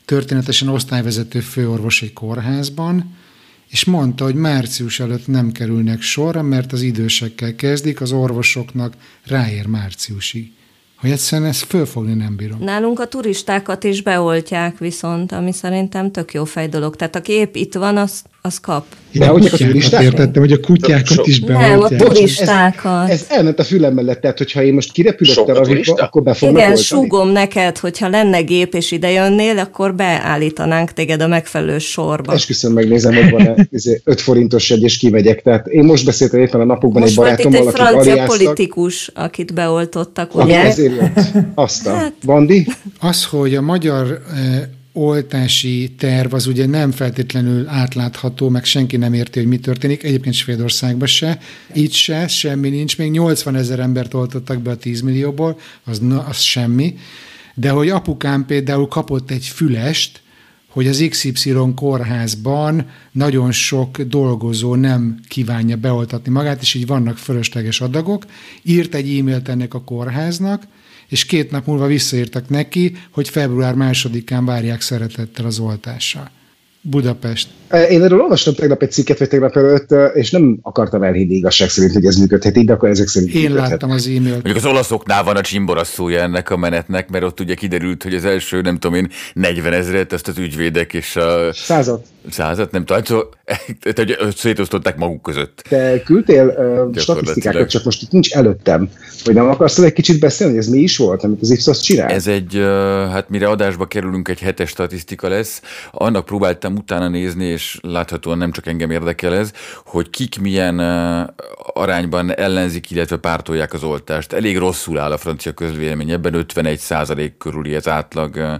[SPEAKER 10] történetesen osztályvezető főorvos egy kórházban, és mondta, hogy március előtt nem kerülnek sorra, mert az idősekkel kezdik, az orvosoknak ráér márciusig. Hogy egyszerűen ezt fölfogni nem bírom.
[SPEAKER 8] Nálunk a turistákat is beoltják viszont, ami szerintem tök jó fej dolog. Tehát aki épp itt van, az, az kap.
[SPEAKER 10] De a kutyákat értettem, hogy a kutyákat is beoltják.
[SPEAKER 8] Nem, a turistákat.
[SPEAKER 6] Ez, ez elment a fülem mellett, tehát hogyha én most kirepülök Tel Avivba, akkor be fognak
[SPEAKER 8] Igen,
[SPEAKER 6] oltani.
[SPEAKER 8] súgom neked, hogyha lenne gép és ide jönnél, akkor beállítanánk téged a megfelelő sorba.
[SPEAKER 6] Esküszöm, megnézem, hogy van-e öt forintos jegy, és kimegyek. Tehát én most beszéltem éppen a napokban
[SPEAKER 8] most
[SPEAKER 6] egy barátommal,
[SPEAKER 8] akik aliáztak. Most volt itt egy francia politikus, akit beoltottak, ugye?
[SPEAKER 6] Aki ezért jött. Azt a hát. Bandi?
[SPEAKER 10] Az, hogy a magyar e, oltási terv az ugye nem feltétlenül átlátható, meg senki nem érti, hogy mi történik, egyébként Svédországban se, itt se, semmi nincs, még nyolcvanezer embert oltottak be a tíz millióból, az, na, az semmi, de hogy apukám például kapott egy fülest, hogy az iksz ipszilon kórházban nagyon sok dolgozó nem kívánja beoltatni magát, és így vannak fölösleges adagok, írt egy e-mailt ennek a kórháznak, és két nap múlva visszaírtak neki, hogy február másodikán várják szeretettel az oltással. Budapest.
[SPEAKER 6] Én erről olvastam tegnap egy cikket, vagy tegnap előtt, és nem akartam elhinni igazság szerint, hogy ez működhet így, de akkor ezek szerint
[SPEAKER 10] Én
[SPEAKER 6] működhet.
[SPEAKER 10] láttam az e-mailt.
[SPEAKER 9] Mondjuk az olaszoknál van a csimborasszója ennek a menetnek, mert ott ugye kiderült, hogy az első, nem tudom én, negyven ezret, ezt az ügyvédek és a...
[SPEAKER 6] Százat.
[SPEAKER 9] Százat, nem tudom, szóval szétosztották maguk között.
[SPEAKER 6] Te küldtél uh, statisztikákat, csak most itt nincs előttem, hogy nem akarsz egy kicsit beszélni, hogy ez mi is volt, amit az Ipsos csinál?
[SPEAKER 9] Ez egy, uh, hát mire adásba kerülünk, egy hetes statisztika lesz. Annak próbáltam utána nézni, és láthatóan nem csak engem érdekel ez, hogy kik milyen uh, arányban ellenzik, illetve pártolják az oltást. Elég rosszul áll a francia közvélemény, ebben ötvenegy százalék körüli az átlag uh,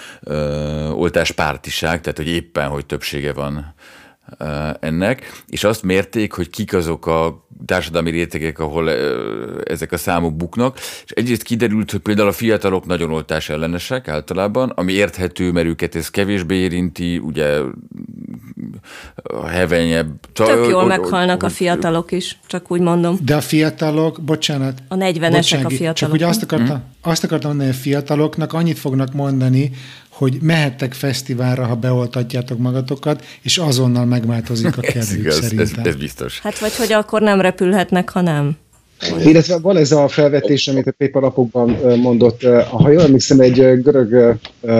[SPEAKER 9] uh, oltáspártiság, tehát hogy éppen, hogy többsége van uh, ennek, és azt mérték, hogy kik azok a társadalmi rétegek, ahol uh, ezek a számok buknak, és egyrészt kiderült, hogy például a fiatalok nagyon oltás ellenesek általában, ami érthető, mert őket ez kevésbé érinti, ugye hevenyebb.
[SPEAKER 8] Tök jól meghalnak a fiatalok is, csak úgy mondom.
[SPEAKER 10] De a fiatalok, bocsánat.
[SPEAKER 8] A negyvenesek
[SPEAKER 10] bocsánat,
[SPEAKER 8] a fiatalok.
[SPEAKER 10] Csak ugye azt akartam, hmm. azt akartam mondani, hogy a fiataloknak annyit fognak mondani, hogy mehettek fesztiválra, ha beoltatjátok magatokat, és azonnal megváltozik a kedvük szerintem.
[SPEAKER 9] Ez, ez biztos.
[SPEAKER 8] Hát vagy hogy akkor nem repülhetnek, ha nem.
[SPEAKER 6] Illetve van ez a felvetés, amit a Pépa lapokban mondott, ha jól emlékszem, egy görög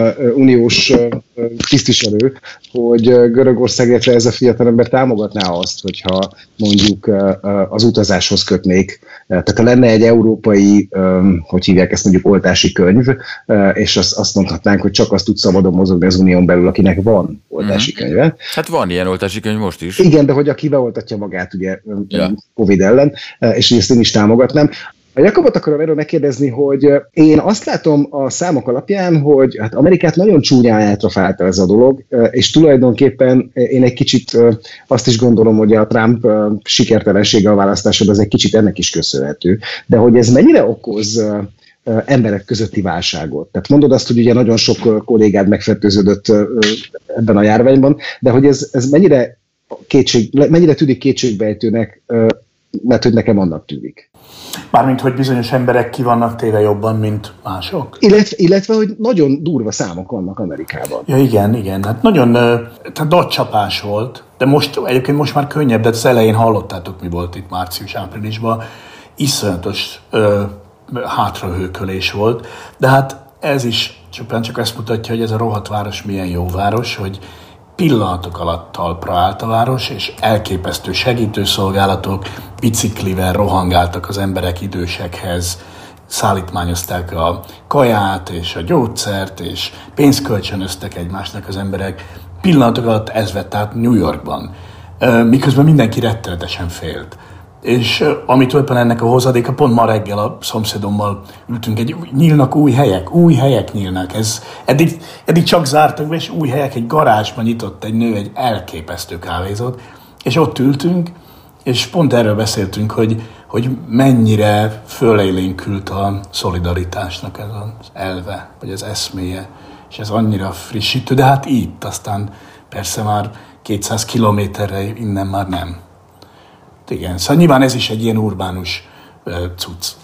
[SPEAKER 6] uniós tisztviselő, hogy Görögország, illetve ez a fiatalember támogatná azt, hogyha mondjuk az utazáshoz kötnék. Tehát ha lenne egy európai, hogy hívják ezt mondjuk, oltási könyv, és azt, azt mondhatnánk, hogy csak azt tud szabadon mozogni az unión belül, akinek van oltási könyve.
[SPEAKER 9] Hát van ilyen oltási könyv most is.
[SPEAKER 6] Igen, de hogy aki beoltatja magát ugye ja. Covid ellen, és ezt én is támogatnám. A Jakabot akarom erről megkérdezni, hogy én azt látom a számok alapján, hogy hát Amerikát nagyon csúnyán eltrafálta ez a dolog, és tulajdonképpen én egy kicsit azt is gondolom, hogy a Trump sikertelensége a választásod az egy kicsit ennek is köszönhető. De hogy ez mennyire okoz emberek közötti válságot? Tehát mondod azt, hogy ugye nagyon sok kollégád megfertőződött ebben a járványban, de hogy ez, ez mennyire, kétség, mennyire tűnik kétségbejtőnek, mert hogy nekem annak tűnik.
[SPEAKER 7] Mármint, hogy bizonyos emberek ki vannak téve jobban, mint mások?
[SPEAKER 6] Illetve, illetve hogy nagyon durva számok vannak Amerikában.
[SPEAKER 7] Ja, igen, igen. Hát nagyon tehát nagy csapás volt, de most egyébként most már könnyebb, de az elején hallottátok, mi volt itt március-áprilisban. Iszonyatos ö, hátrahőkölés volt, de hát ez is csupán csak ezt mutatja, hogy ez a rohadt város milyen jó város, hogy pillanatok alatt talpra állt a város, és elképesztő segítőszolgálatok, biciklivel rohangáltak az emberek idősekhez, szállítmányozták a kaját és a gyógyszert, és pénzt kölcsönöztek egymásnak az emberek. Pillanatok alatt ez vett át New Yorkban, miközben mindenki rettenetesen félt. És amit éppen ennek a hozadéka, pont ma reggel a szomszédommal ültünk, egy, nyílnak új helyek, új helyek nyílnak. Ez, eddig, eddig csak zártak be, és új helyek, egy garázsban nyitott egy nő egy elképesztő kávézót, és ott ültünk, és pont erről beszéltünk, hogy, hogy mennyire fölélénkült a szolidaritásnak ez az elve, vagy az eszméje, és ez annyira frissítő, de hát itt aztán persze már kétszáz kilométerre innen már nem. Igen, szóval nyilván ez is egy ilyen urbánus uh, cucc.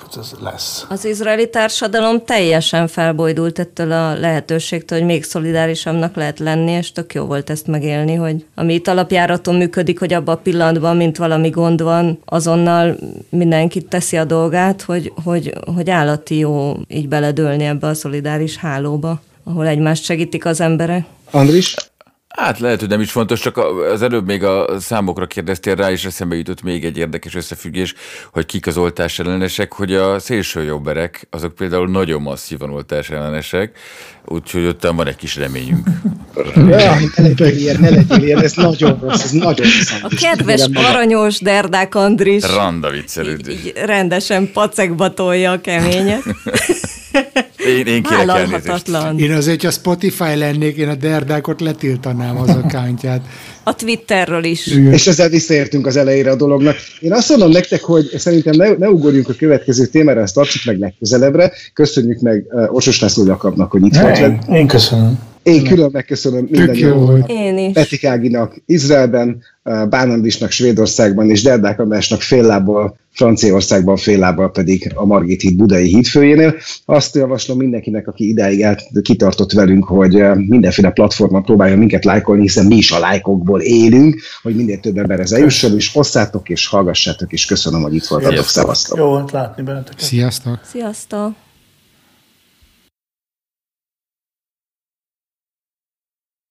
[SPEAKER 7] ez lesz.
[SPEAKER 8] Az izraeli társadalom teljesen felbojdult ettől a lehetőségtől, hogy még szolidárisabbnak lehet lenni, és tök jó volt ezt megélni, hogy ami itt alapjáraton működik, hogy abban a pillanatban, mint valami gond van, azonnal mindenki teszi a dolgát, hogy, hogy, hogy állati jó így beledőlni ebbe a szolidáris hálóba, ahol egymást segítik az emberek.
[SPEAKER 6] Andris?
[SPEAKER 9] Hát lehet, hogy nem is fontos, csak az előbb még a számokra kérdeztél rá, és eszembe jutott még egy érdekes összefüggés, hogy kik az oltás ellenesek, hogy a szélsőjobberek, azok például nagyon masszívan oltás ellenesek, úgyhogy ott van egy kis reményünk.
[SPEAKER 6] Ja, ne legyél ilyen, ne legyél ilyen, ez nagyon rossz, ez nagyon rossz.
[SPEAKER 8] A kedves aranyos Derdák Andris
[SPEAKER 9] Randa viccelődés.
[SPEAKER 8] Így, így rendesen pacekba tolja a keményet.
[SPEAKER 9] Én, én kérek elnézést.
[SPEAKER 10] Én azért, ha Spotify lennék, én a Derdákot letiltanám az accountját.
[SPEAKER 8] A Twitterről is.
[SPEAKER 6] Igen. És ezzel visszaértünk az elejére a dolognak. Én azt mondom nektek, hogy szerintem ne, ne ugorjunk a következő témára, ezt tartsuk meg legközelebbre. Köszönjük meg uh, Orsos László Jakabnak, hogy itt
[SPEAKER 7] ne,
[SPEAKER 6] volt.
[SPEAKER 7] Én, én köszönöm.
[SPEAKER 6] Én külön megköszönöm minden jót.
[SPEAKER 8] Én is.
[SPEAKER 6] Peti Káginak Izraelben, Bán Andrisnak Svédországban, és Derdák Andrásnak fél lábbal Franciaországban, fél lábbal pedig a Margit híd budai hídfőjénél. Azt javaslom mindenkinek, aki idáig el, kitartott velünk, hogy mindenféle platformon próbálja minket lájkolni, hiszen mi is a lájkokból élünk, hogy minél több emberhez eljusson, és osszátok és hallgassátok, és köszönöm, hogy itt voltatok. Szevasztok!
[SPEAKER 7] Jó volt látni benneteket.
[SPEAKER 10] Sziasztok!
[SPEAKER 8] Sziasztok!